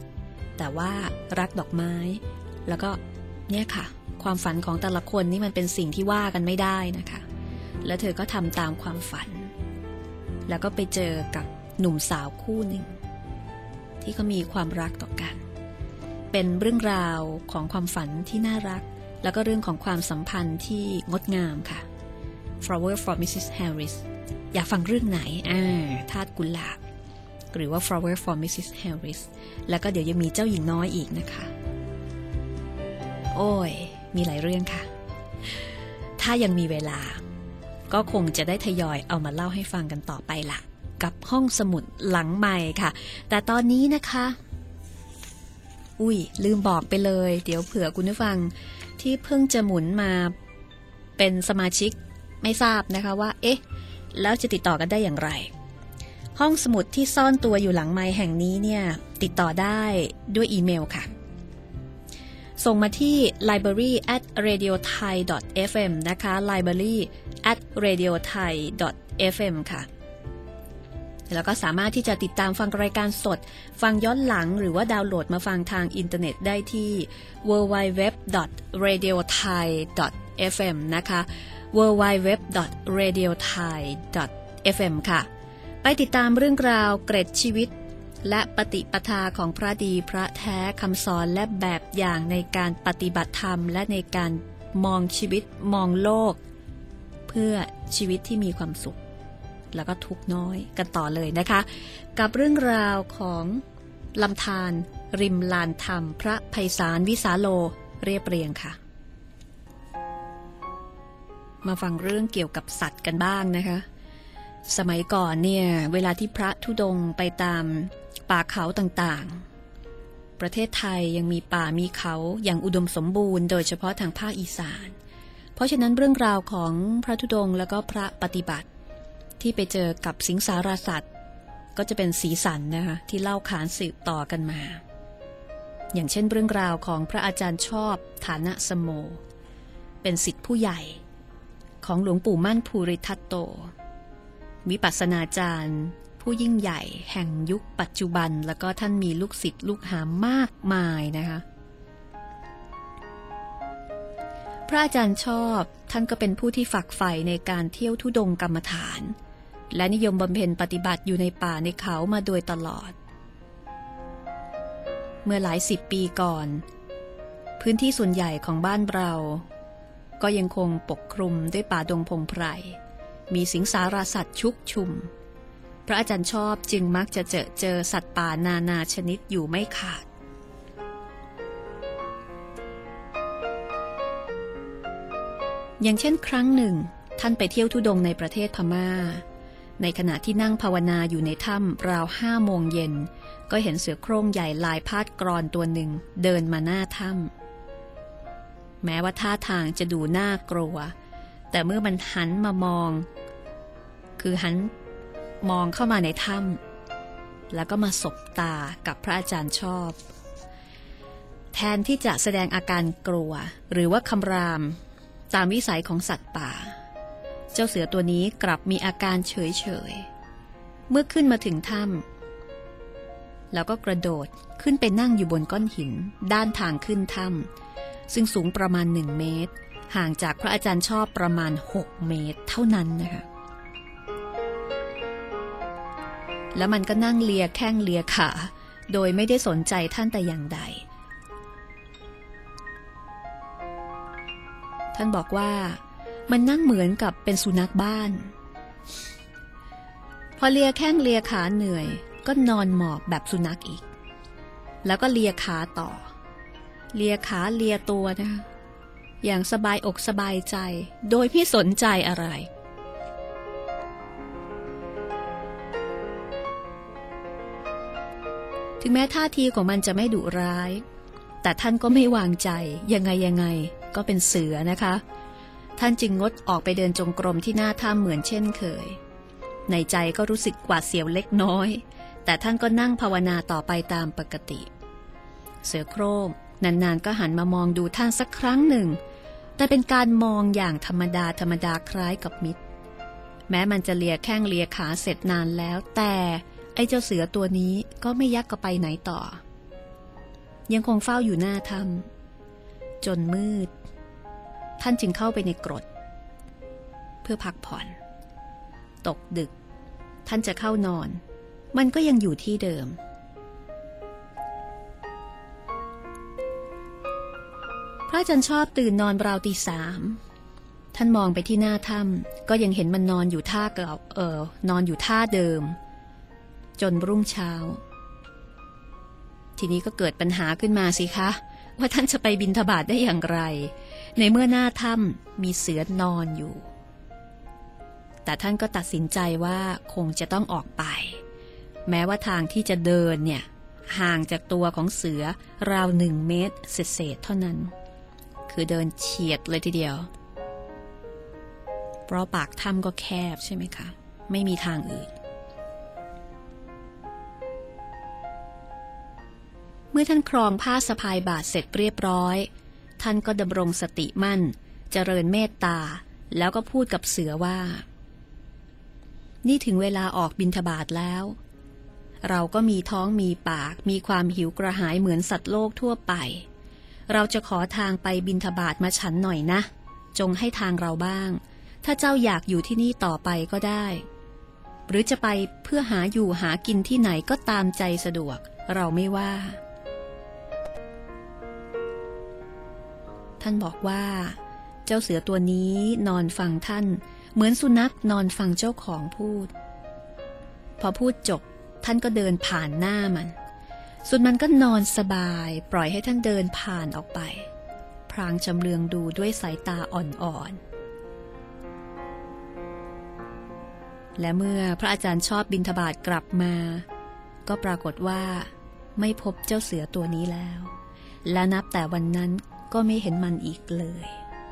แต่ว่ารักดอกไม้แล้วก็เนี่ยค่ะความฝันของแต่ละคนนี่มันเป็นสิ่งที่ว่ากันไม่ได้นะคะแล้วเธอก็ทำตามความฝันแล้วก็ไปเจอกับหนุ่มสาวคู่หนึ่งที่เขามีความรักต่อกันเป็นเรื่องราวของความฝันที่น่ารักแล้วก็เรื่องของความสัมพันธ์ที่งดงามค่ะ Flower for Mrs. Harris อยากฟังเรื่องไหนทาสกุหลาบหรือว่า Flower for Mrs. Harris แล้วก็เดี๋ยวยังมีเจ้าหญิงน้อยอีกนะคะโอ้ยมีหลายเรื่องค่ะถ้ายังมีเวลาก็คงจะได้ทยอยเอามาเล่าให้ฟังกันต่อไปล่ะกับห้องสมุดหลังใหม่ค่ะแต่ตอนนี้นะคะลืมบอกไปเลยเดี๋ยวเผื่อคุณผู้ฟังที่เพิ่งจะหมุนมาเป็นสมาชิกไม่ทราบนะคะว่าแล้วจะติดต่อกันได้อย่างไรห้องสมุดที่ซ่อนตัวอยู่หลังไมค์แห่งนี้เนี่ยติดต่อได้ด้วยอีเมลค่ะส่งมาที่ library@radiothai.fm นะคะ library@radiothai.fm ค่ะแล้วก็สามารถที่จะติดตามฟังรายการสดฟังย้อนหลังหรือว่าดาวน์โหลดมาฟังทางอินเทอร์เน็ตได้ที่ www.radiothai.fm นะคะ www.radiothai.fm ค่ะไปติดตามเรื่องราวเกร็ดชีวิตและปฏิปทาของพระดีพระแท้คำสอนและแบบอย่างในการปฏิบัติธรรมและในการมองชีวิตมองโลกเพื่อชีวิตที่มีความสุขแล้วก็ทุกข์น้อยกันต่อเลยนะคะกับเรื่องราวของลำธารริมลานธรรมพระไพศาลวิสาโลเรียบเรียงค่ะมาฟังเรื่องเกี่ยวกับสัตว์กันบ้างนะคะสมัยก่อนเนี่ยเวลาที่พระธุดงค์ไปตามป่าเขาต่างๆประเทศไทยยังมีป่ามีเขาอย่างอุดมสมบูรณ์โดยเฉพาะทางภาคอีสานเพราะฉะนั้นเรื่องราวของพระธุดงค์แล้วก็พระปฏิบัติที่ไปเจอกับสิงสารสัตว์ก็จะเป็นสีสันนะคะที่เล่าขานสืบต่อกันมาอย่างเช่นเรื่องราวของพระอาจารย์ชอบฐานะสโมเป็นศิษย์ผู้ใหญ่ของหลวงปู่มั่นภูริทัตโตวิปัสสนาจารย์ผู้ยิ่งใหญ่แห่งยุคปัจจุบันแล้วก็ท่านมีลูกศิษย์ลูกหามากมายนะคะพระอาจารย์ชอบท่านก็เป็นผู้ที่ฝักใฝ่ในการเที่ยวธุดงค์กรรมฐานและนิยมบำเพ็ญปฏิบัติอยู่ในป่าในเขามาโดยตลอดเมื่อหลาย10 ปีก่อนพื้นที่ส่วนใหญ่ของบ้านเราก็ยังคงปกคลุมด้วยป่าดงพงไพรมีสิงสารสัตว์ชุกชุมพระอาจารย์ชอบจึงมักจะเจอสัตว์ป่านานาชนิดอยู่ไม่ขาดอย่างเช่นครั้งหนึ่งท่านไปเที่ยวธุดงค์ในประเทศพม่าในขณะที่นั่งภาวนาอยู่ในถ้ำราว5 โมงเย็นก็เห็นเสือโคร่งใหญ่ลายพาดกรอนตัวหนึ่งเดินมาหน้าถ้ำแม้ว่าท่าทางจะดูน่ากลัวแต่เมื่อมันหันมามองคือหันมองเข้ามาในถ้ำแล้วก็มาสบตากับพระอาจารย์ชอบแทนที่จะแสดงอาการกลัวหรือว่าคำรามตามวิสัยของสัตว์ป่าเจ้าเสือตัวนี้กลับมีอาการเฉยๆเมื่อขึ้นมาถึงถ้ำแล้วก็กระโดดขึ้นไปนั่งอยู่บนก้อนหินด้านทางขึ้นถ้ำซึ่งสูงประมาณ1 เมตรห่างจากพระอาจารย์ชอบประมาณ6 เมตรเท่านั้นนะคะแล้วมันก็นั่งเลียแข้งเลียขาโดยไม่ได้สนใจท่านแต่อย่างใดท่านบอกว่ามันนั่งเหมือนกับเป็นสุนัขบ้านพอเลียแข้งเลียขาเหนื่อยก็นอนหมอบแบบสุนัขอีกแล้วก็เลียขาต่อเลียขาเลียตัวนะคะอย่างสบายอกสบายใจโดยไม่สนใจอะไรถึงแม้ท่าทีของมันจะไม่ดุร้ายแต่ท่านก็ไม่วางใจยังไงก็เป็นเสือนะคะท่านจึงงดออกไปเดินจงกรมที่หน้าถ้ำเหมือนเช่นเคยในใจก็รู้สึกหวาดเสียวเล็กน้อยแต่ท่านก็นั่งภาวนาต่อไปตามปกติเสือโคร่งนานๆก็หันมามองดูท่านสักครั้งหนึ่งแต่เป็นการมองอย่างธรรมดาคล้ายกับมิตรแม้มันจะเลียแข้งเลียขาเสร็จนานแล้วแต่ไอ้เจ้าเสือตัวนี้ก็ไม่ยักกระไปไหนต่อยังคงเฝ้าอยู่หน้าถ้ำจนมืดท่านจึงเข้าไปในกรดเพื่อพักผ่อนตกดึกท่านจะเข้านอนมันก็ยังอยู่ที่เดิมพระอาจารย์ชอบตื่นนอนราวตี 3ท่านมองไปที่หน้าถ้ำก็ยังเห็นมันนอนอยู่ท่าเก่านอนอยู่ท่าเดิมจนรุ่งเช้าทีนี้ก็เกิดปัญหาขึ้นมาสิคะว่าท่านจะไปบิณฑบาตได้อย่างไรในเมื่อหน้าถ้ำมีเสือนอนอยู่แต่ท่านก็ตัดสินใจว่าคงจะต้องออกไปแม้ว่าทางที่จะเดินเนี่ยห่างจากตัวของเสือราว1 เมตรเศษเท่านั้นคือเดินเฉียดเลยทีเดียวเพราะปากถ้ำก็แคบใช่ไหมคะไม่มีทางอื่นเมื่อท่านครองผ้าสะพายบาทเสร็จเรียบร้อยท่านก็ดำรงสติมั่นเจริญเมตตาแล้วก็พูดกับเสือว่านี่ถึงเวลาออกบิณฑบาตแล้วเราก็มีท้องมีปากมีความหิวกระหายเหมือนสัตว์โลกทั่วไปเราจะขอทางไปบิณฑบาตมาฉันหน่อยนะจงให้ทางเราบ้างถ้าเจ้าอยากอยู่ที่นี่ต่อไปก็ได้หรือจะไปเพื่อหาอยู่หากินที่ไหนก็ตามใจสะดวกเราไม่ว่าท่านบอกว่าเจ้าเสือตัวนี้นอนฟังท่านเหมือนสุนัขนอนฟังเจ้าของพูดพอพูดจบท่านก็เดินผ่านหน้ามันส่วนมันก็นอนสบายปล่อยให้ท่านเดินผ่านออกไปพลางชำเลืองดูด้วยสายตาอ่อนๆและเมื่อพระอาจารย์ชอบบิณฑบาตกลับมาก็ปรากฏว่าไม่พบเจ้าเสือตัวนี้แล้วและนับแต่วันนั้นก็ไม่เห็นมันอีกเลย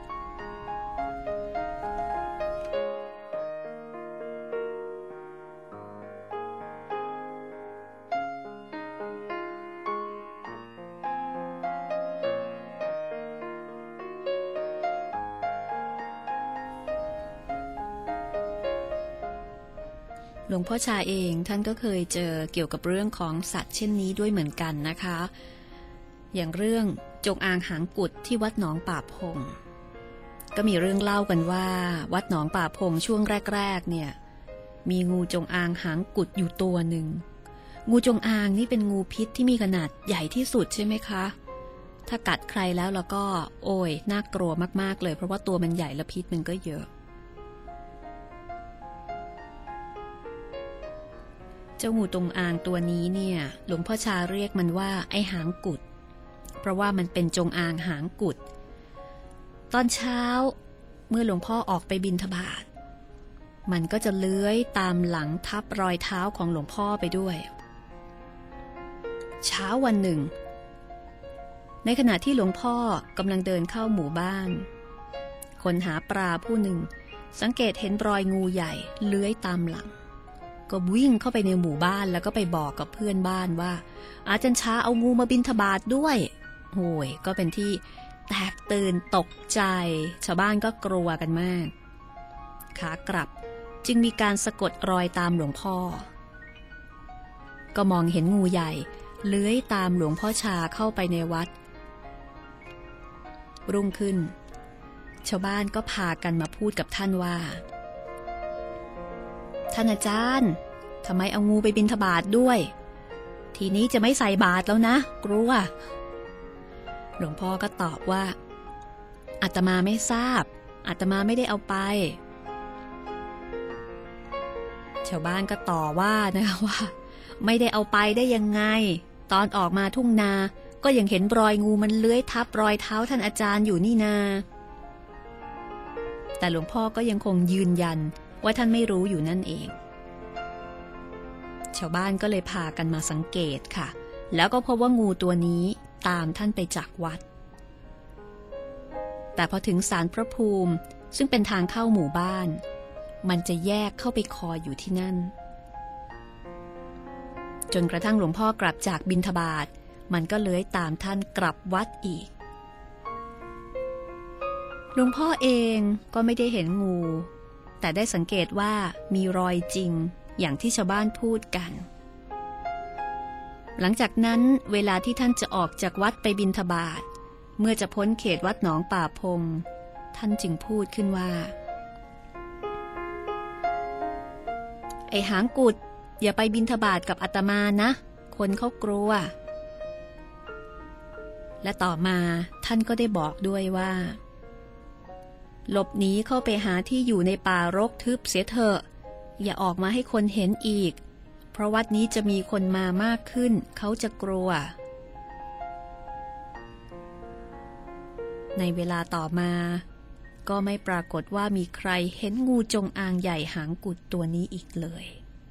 หลวงพ่อชาเองท่านก็เคยเจอเกี่ยวกับเรื่องของสัตว์เช่นนี้ด้วยเหมือนกันนะคะอย่างเรื่องจงอางหางกุดที่วัดหนองป่าพงก็มีเรื่องเล่ากันว่าวัดหนองป่าพงช่วงแรกๆเนี่ยมีงูจงอางหางกุดอยู่ตัวหนึ่งงูจงอางนี่เป็นงูพิษที่มีขนาดใหญ่ที่สุดใช่ไหมคะถ้ากัดใครแล้วก็โอ้ยน่ากลัวมากๆเลยเพราะว่าตัวมันใหญ่และพิษมันก็เยอะเจ้างูจงอางตัวนี้เนี่ยหลวงพ่อชาเรียกมันว่าไอ้หางกุดเพราะว่ามันเป็นจงอางหางกุดตอนเช้าเมื่อหลวงพ่อออกไปบิณฑบาตมันก็จะเลื้อยตามหลังทับรอยเท้าของหลวงพ่อไปด้วยเช้าวันหนึ่งในขณะที่หลวงพ่อกำลังเดินเข้าหมู่บ้านคนหาปลาผู้หนึ่งสังเกตเห็นรอยงูใหญ่เลื้อยตามหลังก็วิ่งเข้าไปในหมู่บ้านแล้วก็ไปบอกกับเพื่อนบ้านว่าอาจารย์ช้าเอางูมาบิณฑบาตด้วยโอ้ยก็เป็นที่แตกตื่นตกใจชาวบ้านก็กลัวกันมากขากลับจึงมีการสะกดรอยตามหลวงพ่อก็มองเห็นงูใหญ่เลื้อยตามหลวงพ่อชาเข้าไปในวัดรุ่งขึ้นชาวบ้านก็พากันมาพูดกับท่านว่าท่านอาจารย์ทำไมเอางูไปบิณฑบาตด้วยทีนี้จะไม่ใส่บาตรแล้วนะกลัวหลวงพ่อก็ตอบว่าอาตมาไม่ทราบอาตมาไม่ได้เอาไปชาวบ้านก็ต่อว่านะคะว่าไม่ได้เอาไปได้ยังไงตอนออกมาทุ่งนาก็ยังเห็นรอยงูมันเลื้อยทับรอยเท้าท่านอาจารย์อยู่นี่นาแต่หลวงพ่อก็ยังคงยืนยันว่าท่านไม่รู้อยู่นั่นเองชาวบ้านก็เลยพากันมาสังเกตค่ะแล้วก็พบว่างูตัวนี้ตามท่านไปจากวัดแต่พอถึงศาลพระภูมิซึ่งเป็นทางเข้าหมู่บ้านมันจะแยกเข้าไปคอยอยู่ที่นั่นจนกระทั่งหลวงพ่อกลับจากบิณฑบาตมันก็เลื้อยตามท่านกลับวัดอีกหลวงพ่อเองก็ไม่ได้เห็นงูแต่ได้สังเกตว่ามีรอยจริงอย่างที่ชาวบ้านพูดกันหลังจากนั้นเวลาที่ท่านจะออกจากวัดไปบิณฑบาตเมื่อจะพ้นเขตวัดหนองป่าพงท่านจึงพูดขึ้นว่าไอ้หางกุดอย่าไปบิณฑบาตกับอาตมานะคนเขากลัวและต่อมาท่านก็ได้บอกด้วยว่าหลบหนีเข้าไปหาที่อยู่ในป่ารกทึบเสียเถอะอย่าออกมาให้คนเห็นอีกเพราะวัดนี้จะมีคนมามากขึ้นเขาจะกลัวในเวลาต่อมาก็ไม่ปรากฏว่ามีใครเห็นงูจงอางใหญ่หางกุดตัวนี้อีกเลย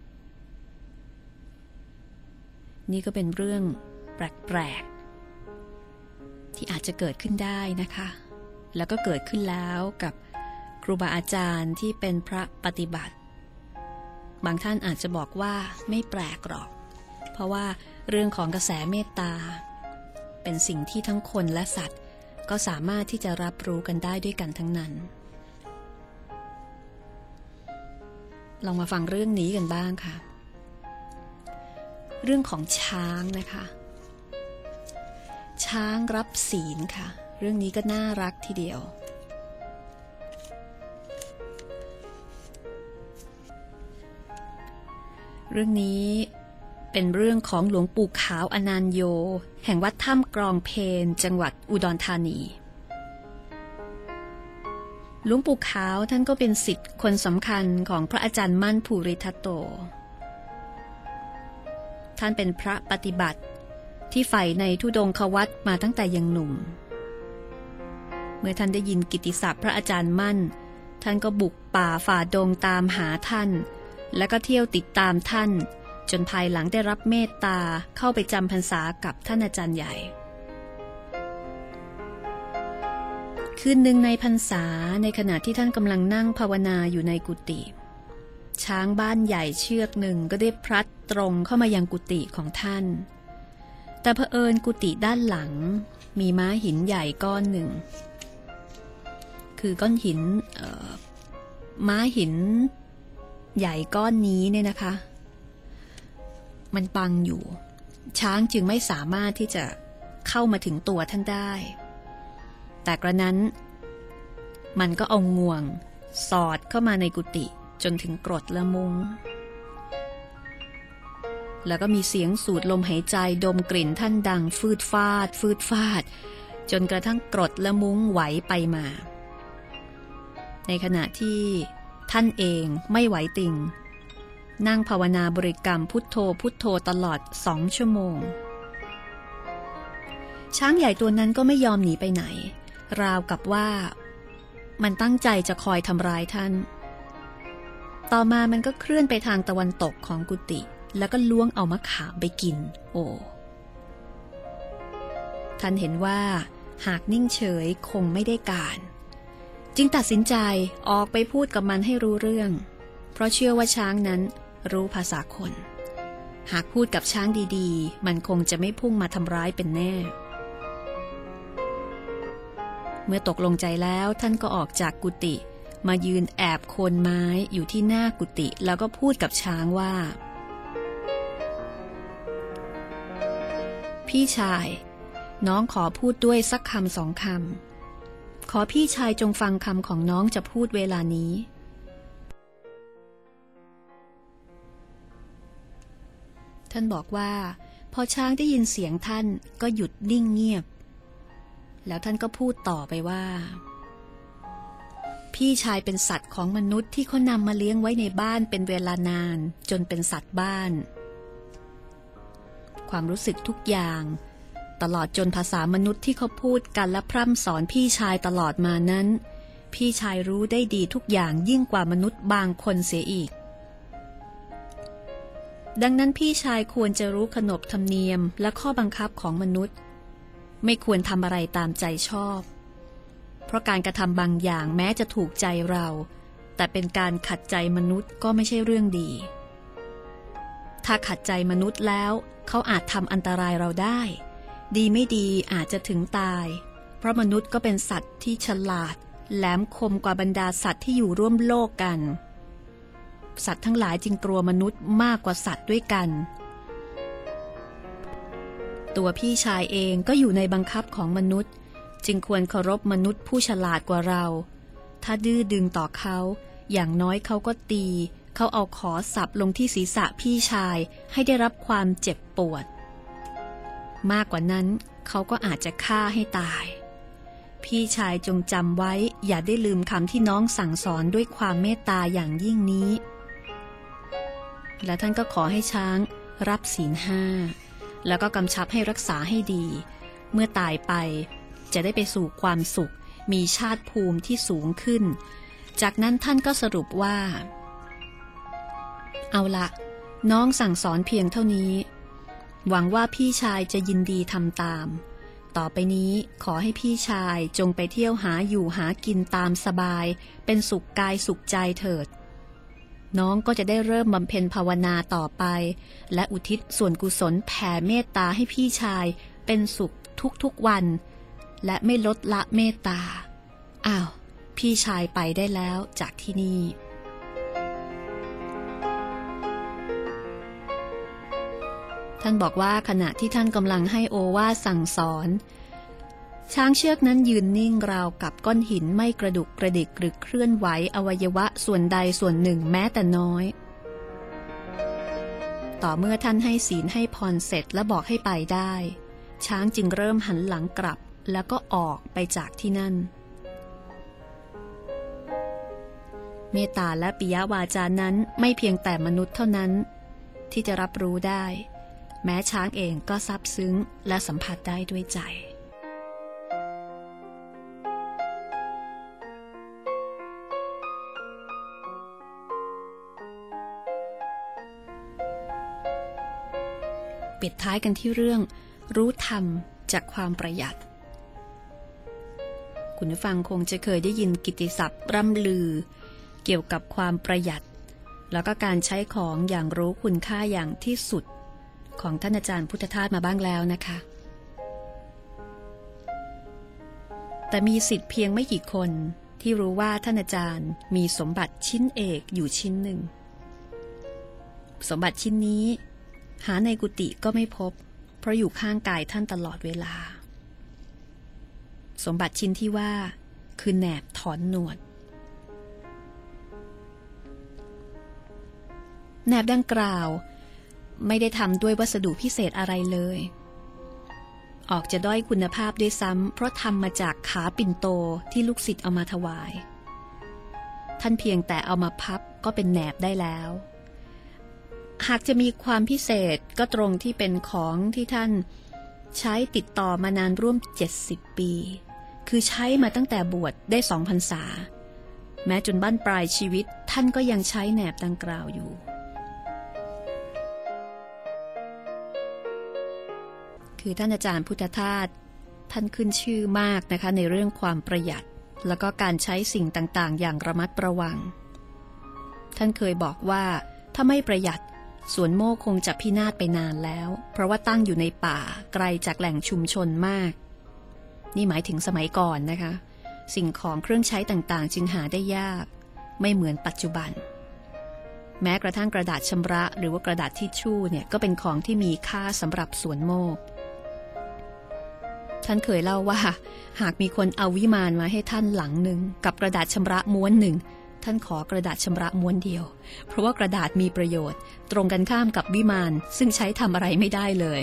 นี่ก็เป็นเรื่องแปลกๆที่อาจจะเกิดขึ้นได้นะคะแล้วก็เกิดขึ้นแล้วกับครูบาอาจารย์ที่เป็นพระปฏิบัติบางท่านอาจจะบอกว่าไม่แปลกหรอกเพราะว่าเรื่องของกระแสเมตตาเป็นสิ่งที่ทั้งคนและสัตว์ก็สามารถที่จะรับรู้กันได้ด้วยกันทั้งนั้นลองมาฟังเรื่องนี้กันบ้างค่ะเรื่องของช้างนะคะช้างรับศีลค่ะเรื่องนี้ก็น่ารักทีเดียวเรื่องนี้เป็นเรื่องของหลวงปู่ขาวอนันโยแห่งวัดถ้ำกรองเพนจังหวัดอุดรธานีหลวงปู่ขาวท่านก็เป็นศิษย์คนสำคัญของพระอาจารย์มั่นภูริทัตโตท่านเป็นพระปฏิบัติที่ใฝ่ในธุดงควัตรมาตั้งแต่ยังหนุ่มเมื่อท่านได้ยินกิตติศัพท์พระอาจารย์มั่นท่านก็บุกป่าฝ่าดงตามหาท่านแล้วก็เที่ยวติดตามท่านจนภายหลังได้รับเมตตาเข้าไปจำพรรษากับท่านอาจารย์ใหญ่คืนหนึ่งในพรรษาในขณะที่ท่านกำลังนั่งภาวนาอยู่ในกุฏิช้างบ้านใหญ่เชือกหนึ่งก็ได้พลัดตรงเข้ามายังกุฏิของท่านแต่เผอิญกุฏิด้านหลังมีม้าหินใหญ่ก้อนหนึ่งคือก้อนหินม้าหินใหญ่ก้อนนี้เนี่ยนะคะมันบังอยู่ช้างจึงไม่สามารถที่จะเข้ามาถึงตัวท่านได้แต่กระนั้นมันก็เอางวงสอดเข้ามาในกุฏิจนถึงกรดและมุงแล้วก็มีเสียงสูดลมหายใจดมกลิ่นท่านดังฟืดฟาดฟืดฟาดจนกระทั่งกรดและมุ้งไหวไปมาในขณะที่ท่านเองไม่ไหวติงนั่งภาวนาบริกรรมพุทโธพุทโธตลอด2 ชั่วโมงช้างใหญ่ตัวนั้นก็ไม่ยอมหนีไปไหนราวกับว่ามันตั้งใจจะคอยทำร้ายท่านต่อมามันก็เคลื่อนไปทางตะวันตกของกุฏิแล้วก็ล้วงเอามะขามไปกินโอ้ท่านเห็นว่าหากนิ่งเฉยคงไม่ได้การจึงตัดสินใจออกไปพูดกับมันให้รู้เรื่องเพราะเชื่อว่าช้างนั้นรู้ภาษาคนหากพูดกับช้างดีๆมันคงจะไม่พุ่งมาทำร้ายเป็นแน่เมื่อตกลงใจแล้วท่านก็ออกจากกุฏิมายืนแอบโคนไม้อยู่ที่หน้ากุฏิแล้วก็พูดกับช้างว่าพี่ชายน้องขอพูดด้วยสักคำ2 คำขอพี่ชายจงฟังคำของน้องจะพูดเวลานี้ท่านบอกว่าพอช้างได้ยินเสียงท่านก็หยุดนิ่งเงียบแล้วท่านก็พูดต่อไปว่าพี่ชายเป็นสัตว์ของมนุษย์ที่เขานำมาเลี้ยงไว้ในบ้านเป็นเวลานานจนเป็นสัตว์บ้านความรู้สึกทุกอย่างตลอดจนภาษามนุษย์ที่เขาพูดกันและพร่ำสอนพี่ชายตลอดมานั้นพี่ชายรู้ได้ดีทุกอย่างยิ่งกว่ามนุษย์บางคนเสียอีกดังนั้นพี่ชายควรจะรู้ขนบธรรมเนียมและข้อบังคับของมนุษย์ไม่ควรทำอะไรตามใจชอบเพราะการกระทำบางอย่างแม้จะถูกใจเราแต่เป็นการขัดใจมนุษย์ก็ไม่ใช่เรื่องดีถ้าขัดใจมนุษย์แล้วเขาอาจทำอันตรายเราได้ดีไม่ดีอาจจะถึงตายเพราะมนุษย์ก็เป็นสัตว์ที่ฉลาดแหลมคมกว่าบรรดาสัตว์ที่อยู่ร่วมโลกกันสัตว์ทั้งหลายจึงกลัวมนุษย์มากกว่าสัตว์ด้วยกันตัวพี่ชายเองก็อยู่ในบังคับของมนุษย์จึงควรเคารพมนุษย์ผู้ฉลาดกว่าเราถ้าดื้อดึงต่อเขาอย่างน้อยเขาก็ตีเขาเอาขอสับลงที่ศีรษะพี่ชายให้ได้รับความเจ็บปวดมากกว่านั้นเขาก็อาจจะฆ่าให้ตายพี่ชายจงจำไว้อย่าได้ลืมคำที่น้องสั่งสอนด้วยความเมตตาอย่างยิ่งนี้และท่านก็ขอให้ช้างรับศีล 5แล้วก็กำชับให้รักษาให้ดีเมื่อตายไปจะได้ไปสู่ความสุขมีชาติภูมิที่สูงขึ้นจากนั้นท่านก็สรุปว่าเอาละน้องสั่งสอนเพียงเท่านี้หวังว่าพี่ชายจะยินดีทำตามต่อไปนี้ขอให้พี่ชายจงไปเที่ยวหาอยู่หากินตามสบายเป็นสุขกายสุขใจเถิดน้องก็จะได้เริ่มบำเพ็ญภาวนาต่อไปและอุทิศส่วนกุศลแผ่เมตตาให้พี่ชายเป็นสุขทุกๆวันและไม่ลดละเมตตาอ้าวพี่ชายไปได้แล้วจากที่นี่ท่านบอกว่าขณะที่ท่านกำลังให้โอวาทสั่งสอนช้างเชือกนั้นยืนนิ่งราวกับก้อนหินไม่กระดุกกระดิกหรือเคลื่อนไหวอวัยวะส่วนใดส่วนหนึ่งแม้แต่น้อยต่อเมื่อท่านให้ศีลให้พรเสร็จและบอกให้ไปได้ช้างจึงเริ่มหันหลังกลับแล้วก็ออกไปจากที่นั่นเมตตาและปิยวาจานั้นไม่เพียงแต่มนุษย์เท่านั้นที่จะรับรู้ได้แม้ช้างเองก็ซาบซึ้งและสัมผัสได้ด้วยใจปิดท้ายกันที่เรื่องรู้ธรรมจากความประหยัดคุณผู้ฟังคงจะเคยได้ยินกิตติศัพท์ร่ำลือเกี่ยวกับความประหยัดแล้วก็การใช้ของอย่างรู้คุณค่าอย่างที่สุดของท่านอาจารย์พุทธทาสมาบ้างแล้วนะคะแต่มีศิษย์เพียงไม่กี่คนที่รู้ว่าท่านอาจารย์มีสมบัติชิ้นเอกอยู่ชิ้นหนึ่งสมบัติชิ้นนี้หาในกุฏิก็ไม่พบเพราะอยู่ข้างกายท่านตลอดเวลาสมบัติชิ้นที่ว่าคือแหนบถอนหนวดแหนบดังกล่าวไม่ได้ทำด้วยวัสดุพิเศษอะไรเลยออกจะด้อยคุณภาพด้วยซ้ำเพราะทำมาจากขาปิ่นโตที่ลูกศิษย์เอามาถวายท่านเพียงแต่เอามาพับก็เป็นแหนบได้แล้วหากจะมีความพิเศษก็ตรงที่เป็นของที่ท่านใช้ติดต่อมานานร่วม70 ปีคือใช้มาตั้งแต่บวชได้2 พรรษาแม้จนบั้นปลายชีวิตท่านก็ยังใช้แหนบดังกล่าวอยู่คือท่านอาจารย์พุทธทาสท่านขึ้นชื่อมากนะคะในเรื่องความประหยัดแล้วก็การใช้สิ่งต่างๆอย่างระมัดระวังท่านเคยบอกว่าถ้าไม่ประหยัดสวนโมกคงจะพินาศไปนานแล้วเพราะว่าตั้งอยู่ในป่าไกลจากแหล่งชุมชนมากนี่หมายถึงสมัยก่อนนะคะสิ่งของเครื่องใช้ต่างๆจึงหาได้ยากไม่เหมือนปัจจุบันแม้กระทั่งกระดาษชำระหรือว่ากระดาษทิชชู่เนี่ยก็เป็นของที่มีค่าสำหรับสวนโมกท่านเคยเล่าว่าหากมีคนเอาวิมานมาให้ท่านหลังหนึ่งกับกระดาษชำระม้วนหนึ่งท่านขอกระดาษชำระม้วนเดียวเพราะว่ากระดาษมีประโยชน์ตรงกันข้ามกับวิมานซึ่งใช้ทำอะไรไม่ได้เลย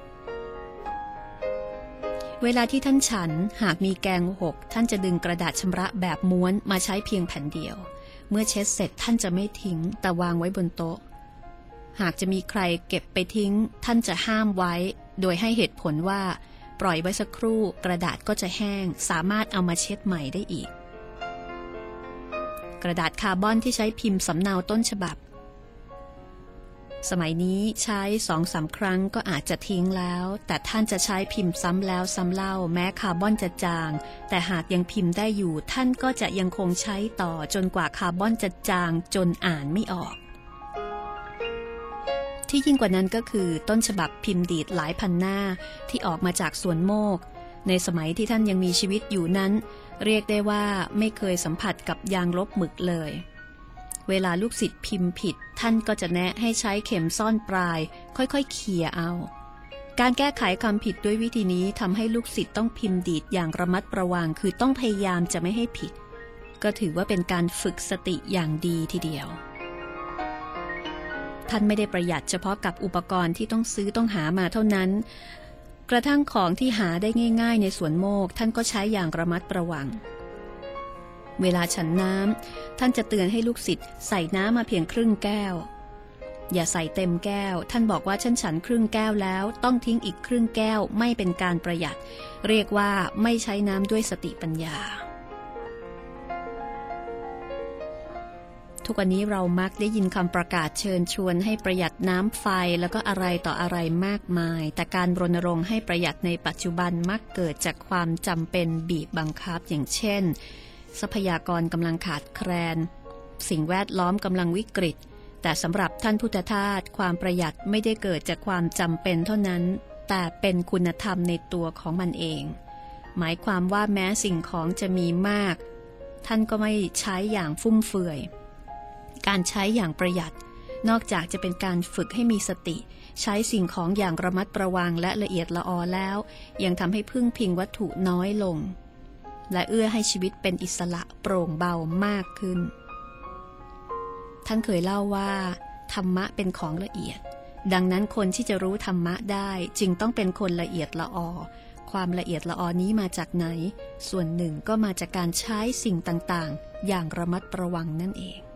เวลาที่ท่านฉันหากมีแกงหกท่านจะดึงกระดาษชำระแบบม้วนมาใช้เพียงแผ่นเดียวเมื่อเช็ดเสร็จท่านจะไม่ทิ้งแต่วางไว้บนโต๊ะหากจะมีใครเก็บไปทิ้งท่านจะห้ามไว้โดยให้เหตุผลว่าปล่อยไว้สักครู่กระดาษก็จะแห้งสามารถเอามาเช็ดใหม่ได้อีกกระดาษคาร์บอนที่ใช้พิมพ์สำเนาต้นฉบับสมัยนี้ใช้ 2-3 ครั้งก็อาจจะทิ้งแล้วแต่ท่านจะใช้พิมพ์ซ้ำแล้วซ้ำเล่าแม้คาร์บอนจะจางแต่หากยังพิมพ์ได้อยู่ท่านก็จะยังคงใช้ต่อจนกว่าคาร์บอนจะจางจนอ่านไม่ออกที่ยิ่งกว่านั้นก็คือต้นฉบับพิมพ์ดีดหลายพันหน้าที่ออกมาจากสวนโมกในสมัยที่ท่านยังมีชีวิตอยู่นั้นเรียกได้ว่าไม่เคยสัมผัสกับยางลบหมึกเลยเวลาลูกศิษย์พิมพ์ผิดท่านก็จะแนะให้ใช้เข็มซ่อนปลายค่อยๆเขี่ยเอาการแก้ไขคำผิดด้วยวิธีนี้ทำให้ลูกศิษย์ต้องพิมพ์ดีดอย่างระมัดระวังคือต้องพยายามจะไม่ให้ผิดก็ถือว่าเป็นการฝึกสติอย่างดีทีเดียวท่านไม่ได้ประหยัดเฉพาะกับอุปกรณ์ที่ต้องซื้อต้องหามาเท่านั้นกระทั่งของที่หาได้ง่ายๆในสวนโมกท่านก็ใช้อย่างระมัดระวังเวลาฉันน้ำท่านจะเตือนให้ลูกศิษย์ใส่น้ำมาเพียงครึ่งแก้วอย่าใส่เต็มแก้วท่านบอกว่าฉันครึ่งแก้วแล้วต้องทิ้งอีกครึ่งแก้วไม่เป็นการประหยัดเรียกว่าไม่ใช้น้ำด้วยสติปัญญาทุกวันนี้เรามักได้ยินคำประกาศเชิญชวนให้ประหยัดน้ำไฟแล้วก็อะไรต่ออะไรมากมายแต่การรณรงค์ให้ประหยัดในปัจจุบันมักเกิดจากความจำเป็นบีบบังคับอย่างเช่นทรัพยากรกำลังขาดแคลนสิ่งแวดล้อมกำลังวิกฤตแต่สำหรับท่านพุทธทาสความประหยัดไม่ได้เกิดจากความจำเป็นเท่านั้นแต่เป็นคุณธรรมในตัวของมันเองหมายความว่าแม้สิ่งของจะมีมากท่านก็ไม่ใช้อย่างฟุ่มเฟือยการใช้อย่างประหยัดนอกจากจะเป็นการฝึกให้มีสติใช้สิ่งของอย่างระมัดระวังและละเอียดละออแล้วยังทำให้พึ่งพิงวัตถุน้อยลงและเอื้อให้ชีวิตเป็นอิสระโปร่งเบามากขึ้นท่านเคยเล่าว่าธรรมะเป็นของละเอียดดังนั้นคนที่จะรู้ธรรมะได้จึงต้องเป็นคนละเอียดละออความละเอียดละออนี้มาจากไหนส่วนหนึ่งก็มาจากการใช้สิ่งต่างๆอย่างระมัดระวังนั่นเอง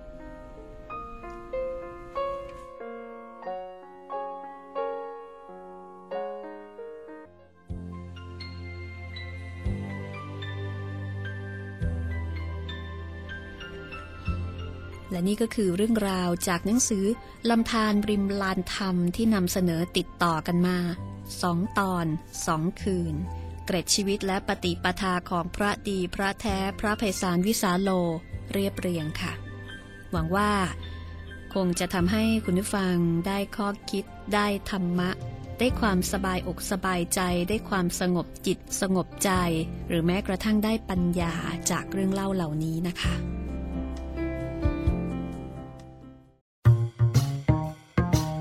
และนี่ก็คือเรื่องราวจากหนังสือลำธารริมลานธรรมที่นำเสนอติดต่อกันมา2 ตอน 2 คืนเกร็ดชีวิตและปฏิปทาของพระดีพระแท้พระไพศาลวิสาโลเรียบเรียงค่ะหวังว่าคงจะทำให้คุณผู้ฟังได้ข้อคิดได้ธรรมะได้ความสบายอกสบายใจได้ความสงบจิตสงบใจหรือแม้กระทั่งได้ปัญญาจากเรื่องเล่าเหล่านี้นะคะ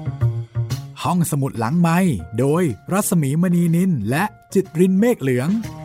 ห้องสมุดหลังไมค์โดยรัศมีมณีนินและจิตรินเมฆเหลือง